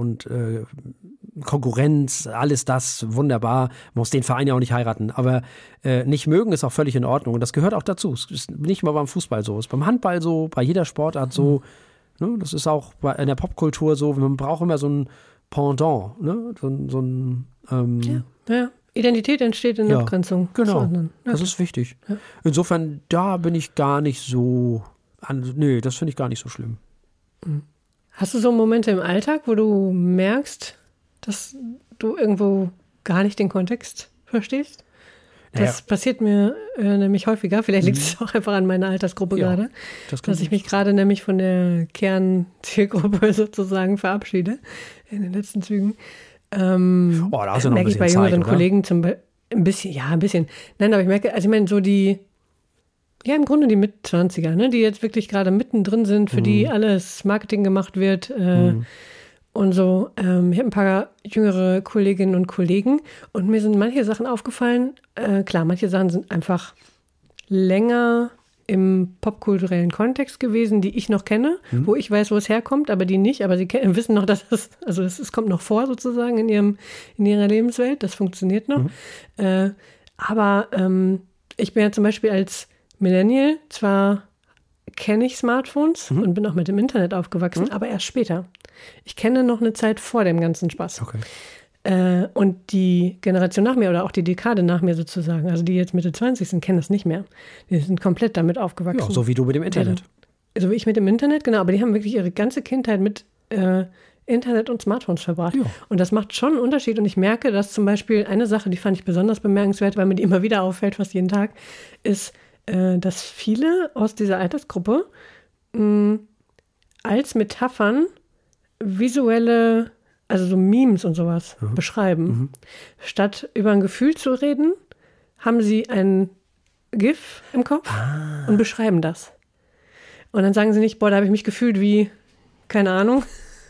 [SPEAKER 1] Konkurrenz, alles das, wunderbar, muss den Verein ja auch nicht heiraten, aber nicht mögen ist auch völlig in Ordnung und das gehört auch dazu. Es ist nicht mal beim Fußball so, es ist beim Handball so, bei jeder Sportart so, ne? Das ist auch in der Popkultur so, man braucht immer so ein Pendant, ne? So ein
[SPEAKER 2] ja. Identität entsteht in der Abgrenzung.
[SPEAKER 1] Genau,
[SPEAKER 2] zu anderen. Ja.
[SPEAKER 1] das ist wichtig.
[SPEAKER 2] Ja.
[SPEAKER 1] Insofern, da bin ich gar nicht so, nee, das finde ich gar nicht so schlimm.
[SPEAKER 2] Hast du so Momente im Alltag, wo du merkst, dass du irgendwo gar nicht den Kontext verstehst? Das passiert mir nämlich häufiger. Vielleicht liegt es auch einfach an meiner Altersgruppe gerade, dass ich mich gerade nämlich von der Kernzielgruppe sozusagen verabschiede in den letzten Zügen.
[SPEAKER 1] Da hast du noch ein
[SPEAKER 2] merke ich bei
[SPEAKER 1] bisschen
[SPEAKER 2] jüngeren
[SPEAKER 1] Zeit,
[SPEAKER 2] Kollegen ein bisschen. Nein, aber ich merke, also ich meine, so im Grunde die Mit-20er, ne, die jetzt wirklich gerade mittendrin sind, für die alles Marketing gemacht wird und so. Ich habe ein paar jüngere Kolleginnen und Kollegen und mir sind manche Sachen aufgefallen. Klar, manche Sachen sind einfach länger im popkulturellen Kontext gewesen, die ich noch kenne, wo ich weiß, wo es herkommt, aber die nicht. Aber sie wissen noch, dass es kommt noch vor sozusagen in ihrer Lebenswelt. Das funktioniert noch. Aber ich bin ja zum Beispiel als Millennial, zwar kenne ich Smartphones und bin auch mit dem Internet aufgewachsen, aber erst später. Ich kenne noch eine Zeit vor dem ganzen Spaß. Okay. Und die Generation nach mir oder auch die Dekade nach mir sozusagen, also die jetzt Mitte 20 sind, kennen das nicht mehr. Die sind komplett damit aufgewachsen.
[SPEAKER 1] Ja, so wie du mit dem Internet.
[SPEAKER 2] So wie ich mit dem Internet, genau. Aber die haben wirklich ihre ganze Kindheit mit Internet und Smartphones verbracht. Ja. Und das macht schon einen Unterschied. Und ich merke, dass zum Beispiel eine Sache, die fand ich besonders bemerkenswert, weil mir die immer wieder auffällt, fast jeden Tag, ist, dass viele aus dieser Altersgruppe als Metaphern visuelle, also so Memes und sowas beschreiben. Statt über ein Gefühl zu reden, haben sie ein GIF im Kopf und beschreiben das. Und dann sagen sie nicht, boah, da habe ich mich gefühlt wie, keine Ahnung,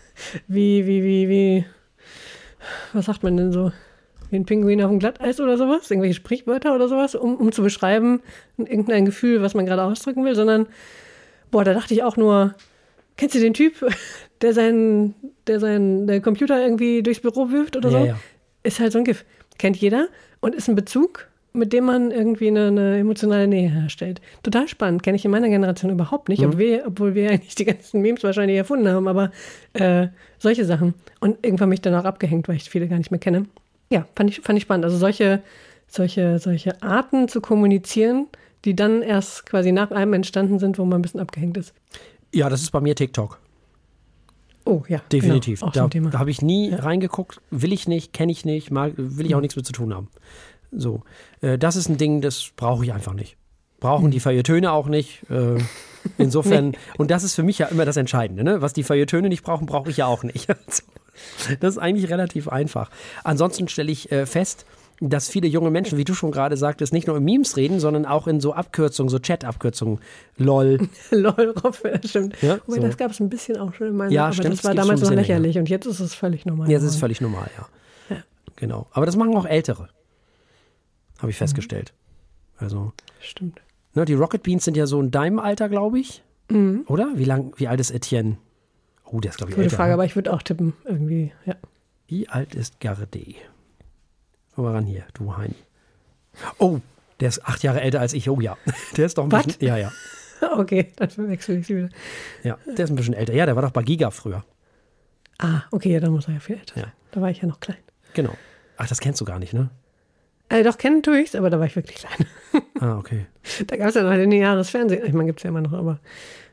[SPEAKER 2] wie, was sagt man denn so? Wie ein Pinguin auf dem Glatteis oder sowas? Irgendwelche Sprichwörter oder sowas, um zu beschreiben, irgendein Gefühl, was man gerade ausdrücken will, sondern, boah, da dachte ich auch nur, kennst du den Typ, der seinen Computer irgendwie durchs Büro wirft oder so? Ja. Ist halt so ein GIF. Kennt jeder und ist ein Bezug, mit dem man irgendwie eine emotionale Nähe herstellt. Total spannend. Kenne ich in meiner Generation überhaupt nicht, obwohl wir eigentlich die ganzen Memes wahrscheinlich erfunden haben, aber solche Sachen. Und irgendwann mich dann auch abgehängt, weil ich viele gar nicht mehr kenne. Ja, fand ich spannend. Also solche Arten zu kommunizieren, die dann erst quasi nach einem entstanden sind, wo man ein bisschen abgehängt ist.
[SPEAKER 1] Ja, das ist bei mir TikTok.
[SPEAKER 2] Oh ja,
[SPEAKER 1] definitiv.
[SPEAKER 2] Genau,
[SPEAKER 1] da habe ich nie reingeguckt, will ich nicht, kenne ich nicht, will ich auch nichts mit zu tun haben. So, das ist ein Ding, das brauche ich einfach nicht. Brauchen die Feuilletöne auch nicht. Insofern, und das ist für mich ja immer das Entscheidende, ne? Was die Feuilletöne nicht brauchen, brauche ich ja auch nicht. Das ist eigentlich relativ einfach. Ansonsten stelle ich fest, dass viele junge Menschen, wie du schon gerade sagtest, nicht nur in Memes reden, sondern auch in so Abkürzungen, so Chat-Abkürzungen. LOL.
[SPEAKER 2] LOL, stimmt.
[SPEAKER 1] Ja,
[SPEAKER 2] wobei, das gab es ein bisschen auch schon in meiner,
[SPEAKER 1] ja,
[SPEAKER 2] aber
[SPEAKER 1] stimmt,
[SPEAKER 2] das war damals noch lächerlich und jetzt ist es völlig normal.
[SPEAKER 1] Jetzt ist es völlig normal, ja. Genau. Aber das machen auch Ältere. Habe ich festgestellt. Also.
[SPEAKER 2] Stimmt.
[SPEAKER 1] Ne, die Rocket Beans sind ja so in deinem Alter, glaube ich. Oder? Wie alt ist Etienne? Oh, der ist, glaube ich, älter.
[SPEAKER 2] Gute Frage, aber ich würde auch tippen, irgendwie, ja.
[SPEAKER 1] Wie alt ist Gardé? Komm mal ran hier, du Heini. Oh, der ist 8 Jahre älter als ich. Oh ja, der ist doch ein bisschen. Ja.
[SPEAKER 2] Okay, dann verwechsel ich sie wieder.
[SPEAKER 1] Ja, der ist ein bisschen älter. Ja, der war doch bei Giga früher.
[SPEAKER 2] Ah, okay, ja, dann muss er ja viel älter sein.
[SPEAKER 1] Ja.
[SPEAKER 2] Da war ich ja noch klein.
[SPEAKER 1] Genau. Ach, das kennst du gar nicht, ne?
[SPEAKER 2] Doch, kennen tue ich es, aber da war ich wirklich klein.
[SPEAKER 1] Ah, okay.
[SPEAKER 2] Da gab es ja noch lineares Fernsehen. Ich meine, gibt es ja immer noch, aber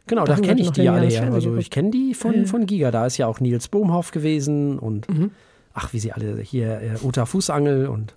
[SPEAKER 1] Genau, da kenne ich die alle her. Also ich kenne die von Giga. Da ist ja auch Nils Bohmhoff gewesen und ach, wie sie alle hier, Uta Fußangel und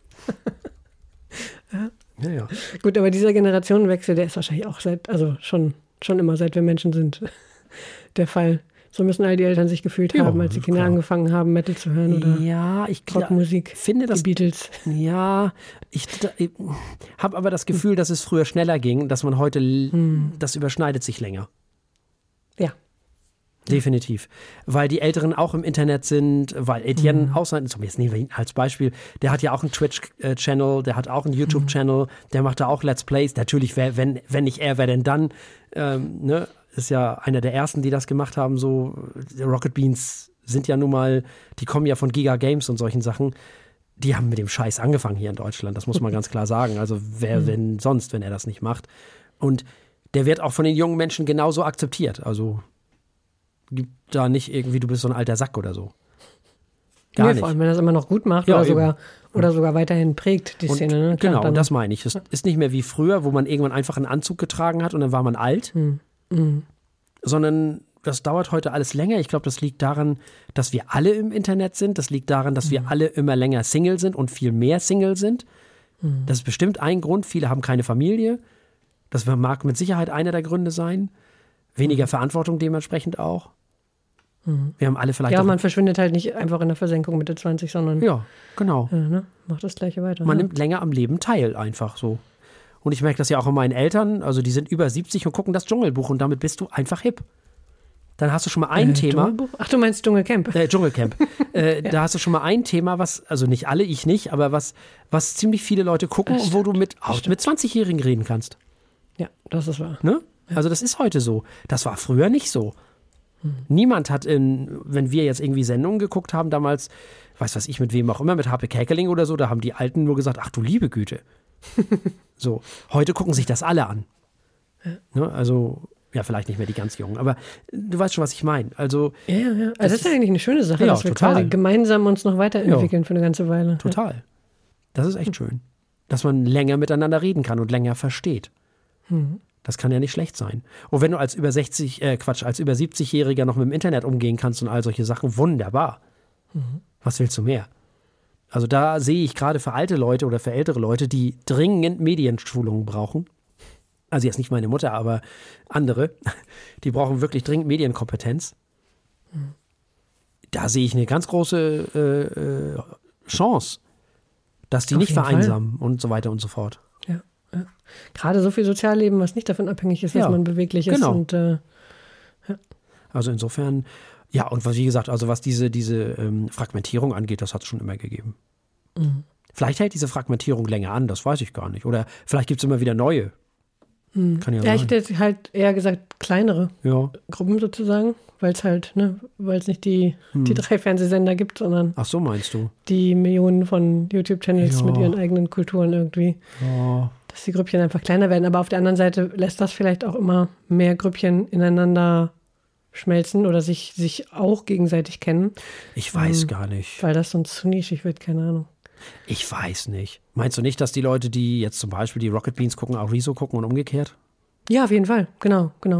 [SPEAKER 1] ja.
[SPEAKER 2] Gut, aber dieser Generationenwechsel, der ist wahrscheinlich auch schon immer, seit wir Menschen sind, der Fall. So müssen all die Eltern sich gefühlt haben, als die Kinder angefangen haben, Metal zu hören oder Rockmusik,
[SPEAKER 1] finde das,
[SPEAKER 2] die Beatles.
[SPEAKER 1] Ja, ich habe aber das Gefühl, dass es früher schneller ging, dass man heute, das überschneidet sich länger.
[SPEAKER 2] Ja.
[SPEAKER 1] Definitiv. Weil die Älteren auch im Internet sind, weil Etienne jetzt nehmen wir ihn als Beispiel, der hat ja auch einen Twitch-Channel, der hat auch einen YouTube-Channel, der macht da auch Let's Plays. Natürlich, wenn nicht er, wer denn dann? Ist ja einer der ersten, die das gemacht haben. So Rocket Beans sind ja nun mal, die kommen ja von Giga Games und solchen Sachen. Die haben mit dem Scheiß angefangen hier in Deutschland, das muss man ganz klar sagen. Also wer wenn sonst, wenn er das nicht macht. Und der wird auch von den jungen Menschen genauso akzeptiert. Also gibt da nicht irgendwie, du bist so ein alter Sack oder so. Gar nicht.
[SPEAKER 2] Vor allem, wenn er es immer noch gut macht oder sogar weiterhin prägt, die Szene. Ne?
[SPEAKER 1] Klar, genau, und das meine ich. Es ist nicht mehr wie früher, wo man irgendwann einfach einen Anzug getragen hat und dann war man alt. Sondern das dauert heute alles länger. Ich glaube, das liegt daran, dass wir alle im Internet sind. Das liegt daran, dass wir alle immer länger Single sind und viel mehr Single sind. Das ist bestimmt ein Grund. Viele haben keine Familie. Das mag mit Sicherheit einer der Gründe sein. Weniger Verantwortung dementsprechend auch. Wir haben alle vielleicht.
[SPEAKER 2] Ja, man verschwindet halt nicht einfach in der Versenkung Mitte 20, sondern.
[SPEAKER 1] Ja, genau.
[SPEAKER 2] Macht das Gleiche weiter.
[SPEAKER 1] Man nimmt länger am Leben teil, einfach so. Und ich merke das ja auch an meinen Eltern, also die sind über 70 und gucken das Dschungelbuch und damit bist du einfach hip. Dann hast du schon mal ein Thema.
[SPEAKER 2] Dschungelbuch? Ach, du meinst Dschungelcamp.
[SPEAKER 1] Dschungelcamp. Da hast du schon mal ein Thema, also nicht alle, ich nicht, aber was ziemlich viele Leute gucken und wo du mit 20-Jährigen reden kannst.
[SPEAKER 2] Ja, das ist wahr.
[SPEAKER 1] Ne? Also das ist heute so. Das war früher nicht so. Niemand hat wenn wir jetzt irgendwie Sendungen geguckt haben damals, weiß was ich, mit wem auch immer, mit Harpe Kerkeling oder so, da haben die Alten nur gesagt, ach du liebe Güte. So, heute gucken sich das alle an. Ja. Ne? Also, ja, vielleicht nicht mehr die ganz Jungen, aber du weißt schon, was ich meine. Also,
[SPEAKER 2] ja. Also das ist ja eigentlich eine schöne Sache, dass wir quasi gemeinsam uns noch weiterentwickeln für eine ganze Weile.
[SPEAKER 1] Total. Das ist echt schön. Dass man länger miteinander reden kann und länger versteht. Das kann ja nicht schlecht sein. Und wenn du als über 70-Jähriger noch mit dem Internet umgehen kannst und all solche Sachen, wunderbar. Was willst du mehr? Also da sehe ich gerade für alte Leute oder für ältere Leute, die dringend Medienschulungen brauchen. Also jetzt nicht meine Mutter, aber andere. Die brauchen wirklich dringend Medienkompetenz. Da sehe ich eine ganz große Chance, dass die nicht vereinsamen und so weiter und so fort.
[SPEAKER 2] Ja. Gerade so viel Sozialleben, was nicht davon abhängig ist, dass man beweglich ist.
[SPEAKER 1] Genau.
[SPEAKER 2] Und,
[SPEAKER 1] Also insofern, ja, und wie gesagt, also was diese Fragmentierung angeht, das hat es schon immer gegeben. Vielleicht hält diese Fragmentierung länger an, das weiß ich gar nicht. Oder vielleicht gibt es immer wieder neue. Kann ja sein.
[SPEAKER 2] Ich hätte jetzt halt eher gesagt kleinere Gruppen sozusagen, weil es nicht die 3 Fernsehsender gibt, sondern
[SPEAKER 1] ach so, meinst du?
[SPEAKER 2] Die Millionen von YouTube-Channels mit ihren eigenen Kulturen irgendwie.
[SPEAKER 1] Ja.
[SPEAKER 2] Dass die Grüppchen einfach kleiner werden. Aber auf der anderen Seite lässt das vielleicht auch immer mehr Grüppchen ineinander schmelzen oder sich auch gegenseitig kennen.
[SPEAKER 1] Ich weiß gar nicht.
[SPEAKER 2] Weil das sonst zu nischig wird, keine Ahnung.
[SPEAKER 1] Ich weiß nicht. Meinst du nicht, dass die Leute, die jetzt zum Beispiel die Rocket Beans gucken, auch Rezo gucken und umgekehrt?
[SPEAKER 2] Ja, auf jeden Fall. Genau.
[SPEAKER 1] Guck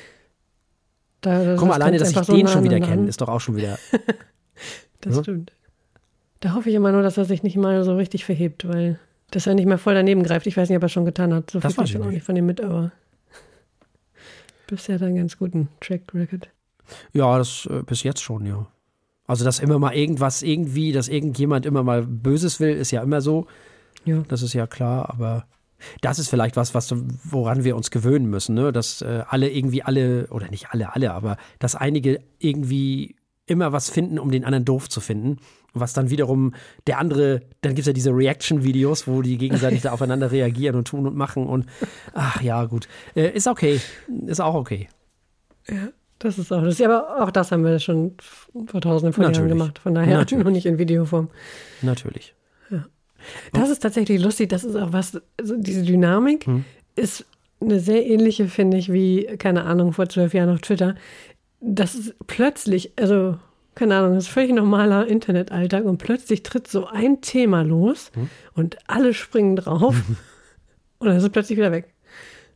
[SPEAKER 1] mal, alleine, dass ich den schon wieder kenne, ist doch auch schon wieder...
[SPEAKER 2] Das stimmt. Da hoffe ich immer nur, dass er sich nicht mal so richtig verhebt, weil dass er nicht mehr voll daneben greift. Ich weiß nicht, ob er schon getan hat. So viel kriege ich dann auch nicht von ihm mit, aber bisher hat er einen ganz guten Track Record.
[SPEAKER 1] Ja, das bis jetzt schon, ja. Also, dass immer mal dass irgendjemand immer mal Böses will, ist ja immer so. Ja. Das ist ja klar, aber das ist vielleicht woran wir uns gewöhnen müssen, ne? Dass alle, oder nicht alle, aber dass einige irgendwie immer was finden, um den anderen doof zu finden. Was dann wiederum der andere, dann gibt es ja diese Reaction-Videos, wo die gegenseitig da aufeinander reagieren und tun und machen und ach ja, gut. Ist okay. Ist auch okay.
[SPEAKER 2] Ja. Das ist auch das. Aber auch das haben wir schon vor Tausenden von Jahren gemacht. Von daher nur nicht in Videoform.
[SPEAKER 1] Natürlich.
[SPEAKER 2] Ja. Das ist tatsächlich lustig. Das ist auch was, also diese Dynamik ist eine sehr ähnliche, finde ich, wie, keine Ahnung, vor 12 Jahren auf Twitter. Das ist plötzlich, also, keine Ahnung, das ist völlig normaler Internetalltag und plötzlich tritt so ein Thema los und alle springen drauf und dann ist es plötzlich wieder weg.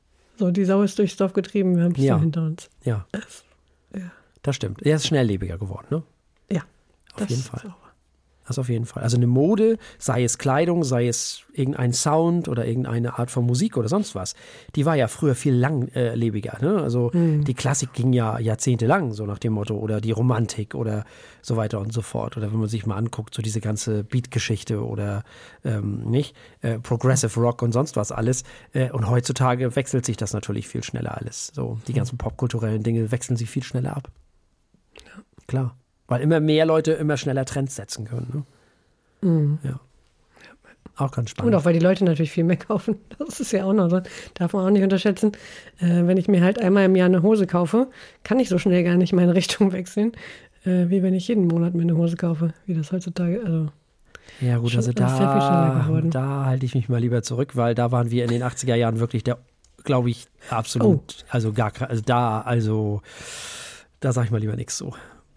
[SPEAKER 2] So, die Sau ist durchs Dorf getrieben, wir haben es
[SPEAKER 1] Ja.
[SPEAKER 2] hinter uns.
[SPEAKER 1] Ja,
[SPEAKER 2] Ja,
[SPEAKER 1] das stimmt. Er ist schnelllebiger geworden, ne?
[SPEAKER 2] ja,
[SPEAKER 1] Auf jeden
[SPEAKER 2] ist
[SPEAKER 1] Fall.
[SPEAKER 2] auch wahr.
[SPEAKER 1] Das auf jeden Fall. Also eine Mode, sei es Kleidung, sei es irgendein Sound oder irgendeine Art von Musik oder sonst was, die war ja früher viel langlebiger. Ne? Also die Klassik ging ja jahrzehntelang, so nach dem Motto, oder die Romantik oder so weiter und so fort. Oder wenn man sich mal anguckt, so diese ganze Beat-Geschichte oder Progressive Rock und sonst was alles. Und heutzutage wechselt sich das natürlich viel schneller alles. So die ganzen popkulturellen Dinge wechseln sich viel schneller ab. Ja. Klar. Weil immer mehr Leute immer schneller Trends setzen können. Ne? Ja. Auch ganz spannend.
[SPEAKER 2] Und auch, weil die Leute natürlich viel mehr kaufen. Das ist ja auch noch so. Darf man auch nicht unterschätzen. Wenn ich mir halt einmal im Jahr eine Hose kaufe, kann ich so schnell gar nicht meine Richtung wechseln, wie wenn ich jeden Monat mir eine Hose kaufe. Wie das heutzutage, also...
[SPEAKER 1] Ja gut, also
[SPEAKER 2] das ist sehr viel schneller geworden.
[SPEAKER 1] da halte ich mich mal lieber zurück, weil da waren wir in den 80er Jahren wirklich glaube ich, absolut, also da sage ich mal lieber nichts so.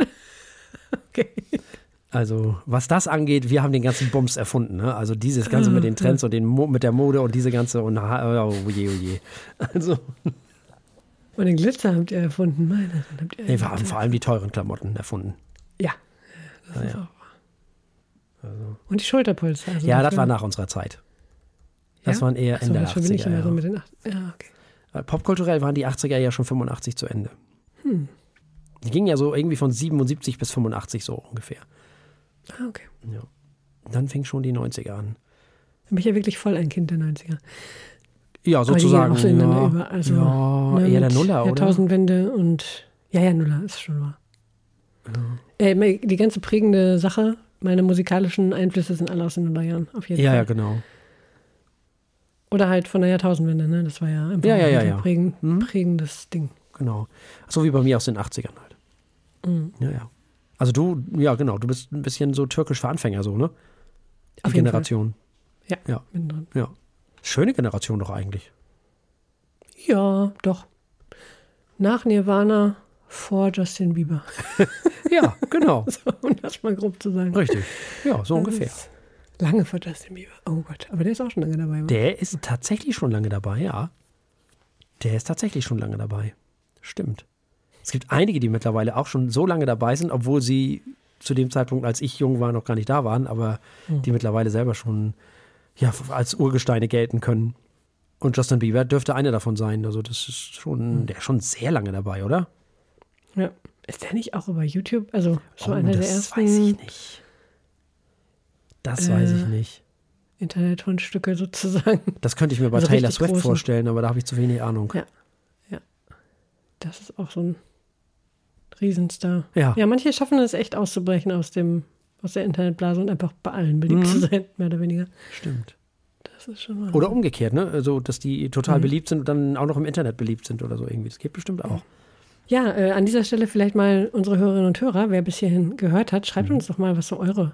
[SPEAKER 2] Okay.
[SPEAKER 1] Also, was das angeht, wir haben den ganzen Bums erfunden. Ne? Also dieses Ganze mit den Trends und mit der Mode und diese ganze oh je. Also.
[SPEAKER 2] Und den Glitzer habt ihr erfunden,
[SPEAKER 1] Wir haben vor allem die teuren Klamotten erfunden.
[SPEAKER 2] Ja, das ist auch wahr. Also. Und die Schulterpolster. Also
[SPEAKER 1] ja, das war nach unserer Zeit. Das waren eher Ende der 80er.
[SPEAKER 2] Bin ich immer so mit den okay.
[SPEAKER 1] Popkulturell waren die 80er ja schon 85 zu Ende. Die gingen ja so irgendwie von 77 bis 85 so ungefähr.
[SPEAKER 2] Ah, okay.
[SPEAKER 1] Ja. Dann fing schon die 90er an.
[SPEAKER 2] Dann bin ich ja wirklich voll ein Kind der 90er.
[SPEAKER 1] Ja, sozusagen.
[SPEAKER 2] Aber die gehen auch so ineinander über. Also,
[SPEAKER 1] eher der Nuller, oder?
[SPEAKER 2] Jahrtausendwende und... Ja, Nuller, ist schon wahr. Ja. Die ganze prägende Sache, meine musikalischen Einflüsse sind alle aus den Nullerjahren, auf jeden Fall.
[SPEAKER 1] Ja, genau.
[SPEAKER 2] Oder halt von der Jahrtausendwende, ne? Das war ja einfach ein prägendes Ding.
[SPEAKER 1] Genau. So wie bei mir aus den 80ern halt. Ja. Also du bist ein bisschen so türkisch für Anfänger so, ne? Die Generation.
[SPEAKER 2] Ja, mittendrin.
[SPEAKER 1] Ja. Schöne Generation doch eigentlich.
[SPEAKER 2] Ja, doch. Nach Nirvana, vor Justin Bieber.
[SPEAKER 1] Ja, genau.
[SPEAKER 2] So, um das mal grob zu sagen.
[SPEAKER 1] Richtig. Ja, so ungefähr.
[SPEAKER 2] Lange vor Justin Bieber. Oh Gott, aber der ist auch schon lange dabei.
[SPEAKER 1] Der ist tatsächlich schon lange dabei, ja. Der ist tatsächlich schon lange dabei. Stimmt. Es gibt einige, die mittlerweile auch schon so lange dabei sind, obwohl sie zu dem Zeitpunkt, als ich jung war, noch gar nicht da waren, aber die mittlerweile selber schon als Urgesteine gelten können. Und Justin Bieber dürfte einer davon sein. Also das ist schon, der ist schon sehr lange dabei, oder?
[SPEAKER 2] Ja. Ist der nicht auch über YouTube? Also so einer der ersten?
[SPEAKER 1] Das weiß ich nicht. Das weiß ich nicht.
[SPEAKER 2] Internetfundstücke sozusagen.
[SPEAKER 1] Das könnte ich mir bei
[SPEAKER 2] also
[SPEAKER 1] Taylor Swift
[SPEAKER 2] großen.
[SPEAKER 1] vorstellen, aber da habe ich zu wenig Ahnung.
[SPEAKER 2] Ja. Das ist auch so ein Riesenstar.
[SPEAKER 1] Ja.
[SPEAKER 2] Ja, manche schaffen es echt auszubrechen aus der Internetblase und einfach bei allen beliebt zu sein, mehr oder weniger.
[SPEAKER 1] Stimmt.
[SPEAKER 2] Das ist schon mal.
[SPEAKER 1] Oder umgekehrt, ne? Also, dass die total beliebt sind und dann auch noch im Internet beliebt sind oder so irgendwie. Das geht bestimmt auch.
[SPEAKER 2] Ja, an dieser Stelle vielleicht mal unsere Hörerinnen und Hörer, wer bis hierhin gehört hat, schreibt uns doch mal, was so eure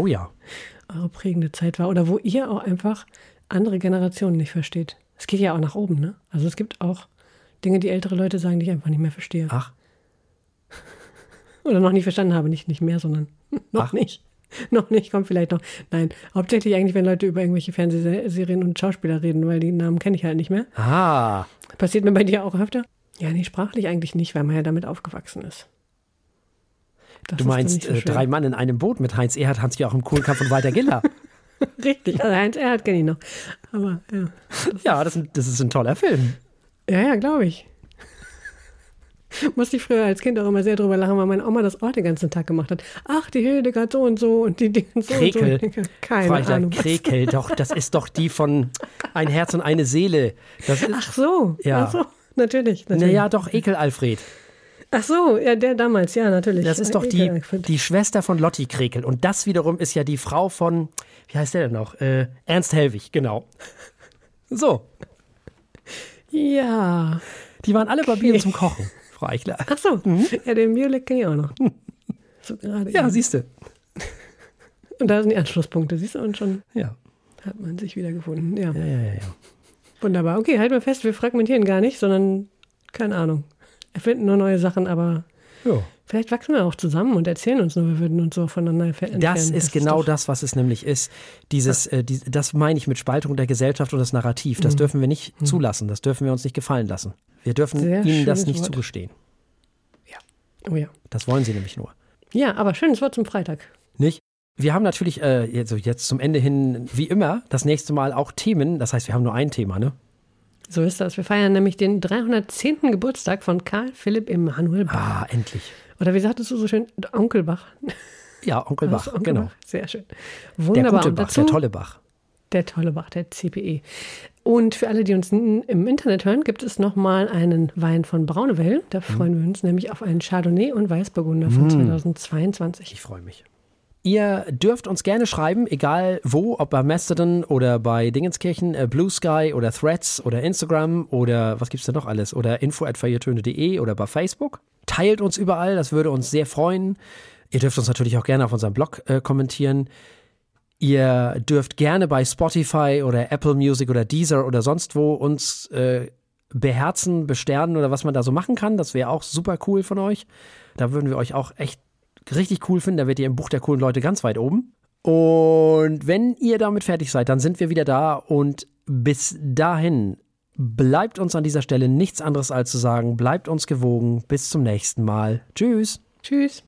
[SPEAKER 2] prägende Zeit war oder wo ihr auch einfach andere Generationen nicht versteht. Es geht ja auch nach oben, ne? Also es gibt auch Dinge, die ältere Leute sagen, die ich einfach nicht mehr verstehe.
[SPEAKER 1] Ach.
[SPEAKER 2] Oder noch nie verstanden habe. Nicht mehr, sondern noch nicht. Noch nicht, kommt vielleicht noch. Nein, hauptsächlich eigentlich, wenn Leute über irgendwelche Fernsehserien und Schauspieler reden, weil die Namen kenne ich halt nicht mehr.
[SPEAKER 1] Ah.
[SPEAKER 2] Passiert mir bei dir auch öfter? Ja, nee, sprachlich eigentlich nicht, weil man ja damit aufgewachsen ist.
[SPEAKER 1] Du meinst so 3 Mann in einem Boot mit Heinz Erhardt, Hans-Joachim Kuhlkamp und Walter Giller.
[SPEAKER 2] Richtig, also Heinz Erhardt kenne ich noch. Aber ja.
[SPEAKER 1] Das ist ein toller Film.
[SPEAKER 2] Ja, glaube ich. Musste ich früher als Kind auch immer sehr drüber lachen, weil meine Oma das auch den ganzen Tag gemacht hat. Ach, die Hildegard so und so und die Dinge so
[SPEAKER 1] Krekel.
[SPEAKER 2] und so. Keine Ahnung.
[SPEAKER 1] Krekel, doch, das ist doch die von Ein Herz und eine Seele. Das ist,
[SPEAKER 2] ach so, natürlich.
[SPEAKER 1] Naja, doch, Ekel Alfred.
[SPEAKER 2] Ach so, ja, der damals, ja, natürlich.
[SPEAKER 1] Das ist doch die Schwester von Lotti Krekel. Und das wiederum ist ja die Frau von, wie heißt der denn noch? Ernst Helwig, genau. So.
[SPEAKER 2] Ja.
[SPEAKER 1] Die waren alle bei Bier zum Kochen, Frau Eichler.
[SPEAKER 2] Ach so, ja, den Biolek kenne ich auch noch. So gerade.
[SPEAKER 1] Ja, siehst du.
[SPEAKER 2] Und da sind die Anschlusspunkte, siehst du, und schon
[SPEAKER 1] hat
[SPEAKER 2] man sich wiedergefunden. Ja.
[SPEAKER 1] Ja.
[SPEAKER 2] Wunderbar. Okay, halten wir fest, wir fragmentieren gar nicht, sondern, keine Ahnung, erfinden nur neue Sachen, aber
[SPEAKER 1] Ja.
[SPEAKER 2] Vielleicht wachsen wir auch zusammen und erzählen uns nur, wir würden uns so voneinander entfernen.
[SPEAKER 1] Das ist genau das, was es nämlich ist. Das meine ich mit Spaltung der Gesellschaft und das Narrativ. Das dürfen wir nicht zulassen. Das dürfen wir uns nicht gefallen lassen. Wir dürfen ihnen das nicht zugestehen.
[SPEAKER 2] Ja. Oh ja.
[SPEAKER 1] Das wollen sie nämlich nur.
[SPEAKER 2] Ja, aber schönes Wort zum Freitag.
[SPEAKER 1] Nicht? Wir haben natürlich jetzt zum Ende hin, wie immer, das nächste Mal auch Themen. Das heißt, wir haben nur ein Thema, ne?
[SPEAKER 2] So ist das. Wir feiern nämlich den 310. Geburtstag von Karl Philipp Emanuel Bach.
[SPEAKER 1] Ah, endlich.
[SPEAKER 2] Oder wie sagtest du so schön? Onkel Bach.
[SPEAKER 1] Ja, Onkel Bach,
[SPEAKER 2] Onkel
[SPEAKER 1] genau.
[SPEAKER 2] Bach. Sehr schön. Wunderbar.
[SPEAKER 1] Der gute Bach, der tolle Bach.
[SPEAKER 2] Der tolle Bach, der CPE. Und für alle, die uns im Internet hören, gibt es nochmal einen Wein von Braunewell. Da freuen wir uns nämlich auf einen Chardonnay und Weißburgunder von 2022.
[SPEAKER 1] Ich freue mich. Ihr dürft uns gerne schreiben, egal wo, ob bei Mastodon oder bei Dingenskirchen, Blue Sky oder Threads oder Instagram oder was gibt's da noch alles? Oder info@feiertöne.de oder bei Facebook. Teilt uns überall, das würde uns sehr freuen. Ihr dürft uns natürlich auch gerne auf unserem Blog kommentieren. Ihr dürft gerne bei Spotify oder Apple Music oder Deezer oder sonst wo uns beherzen, besternen oder was man da so machen kann. Das wäre auch super cool von euch. Da würden wir euch auch echt richtig cool finden. Da werdet ihr im Buch der coolen Leute ganz weit oben. Und wenn ihr damit fertig seid, dann sind wir wieder da. Und bis dahin bleibt uns an dieser Stelle nichts anderes als zu sagen, bleibt uns gewogen. Bis zum nächsten Mal. Tschüss.
[SPEAKER 2] Tschüss.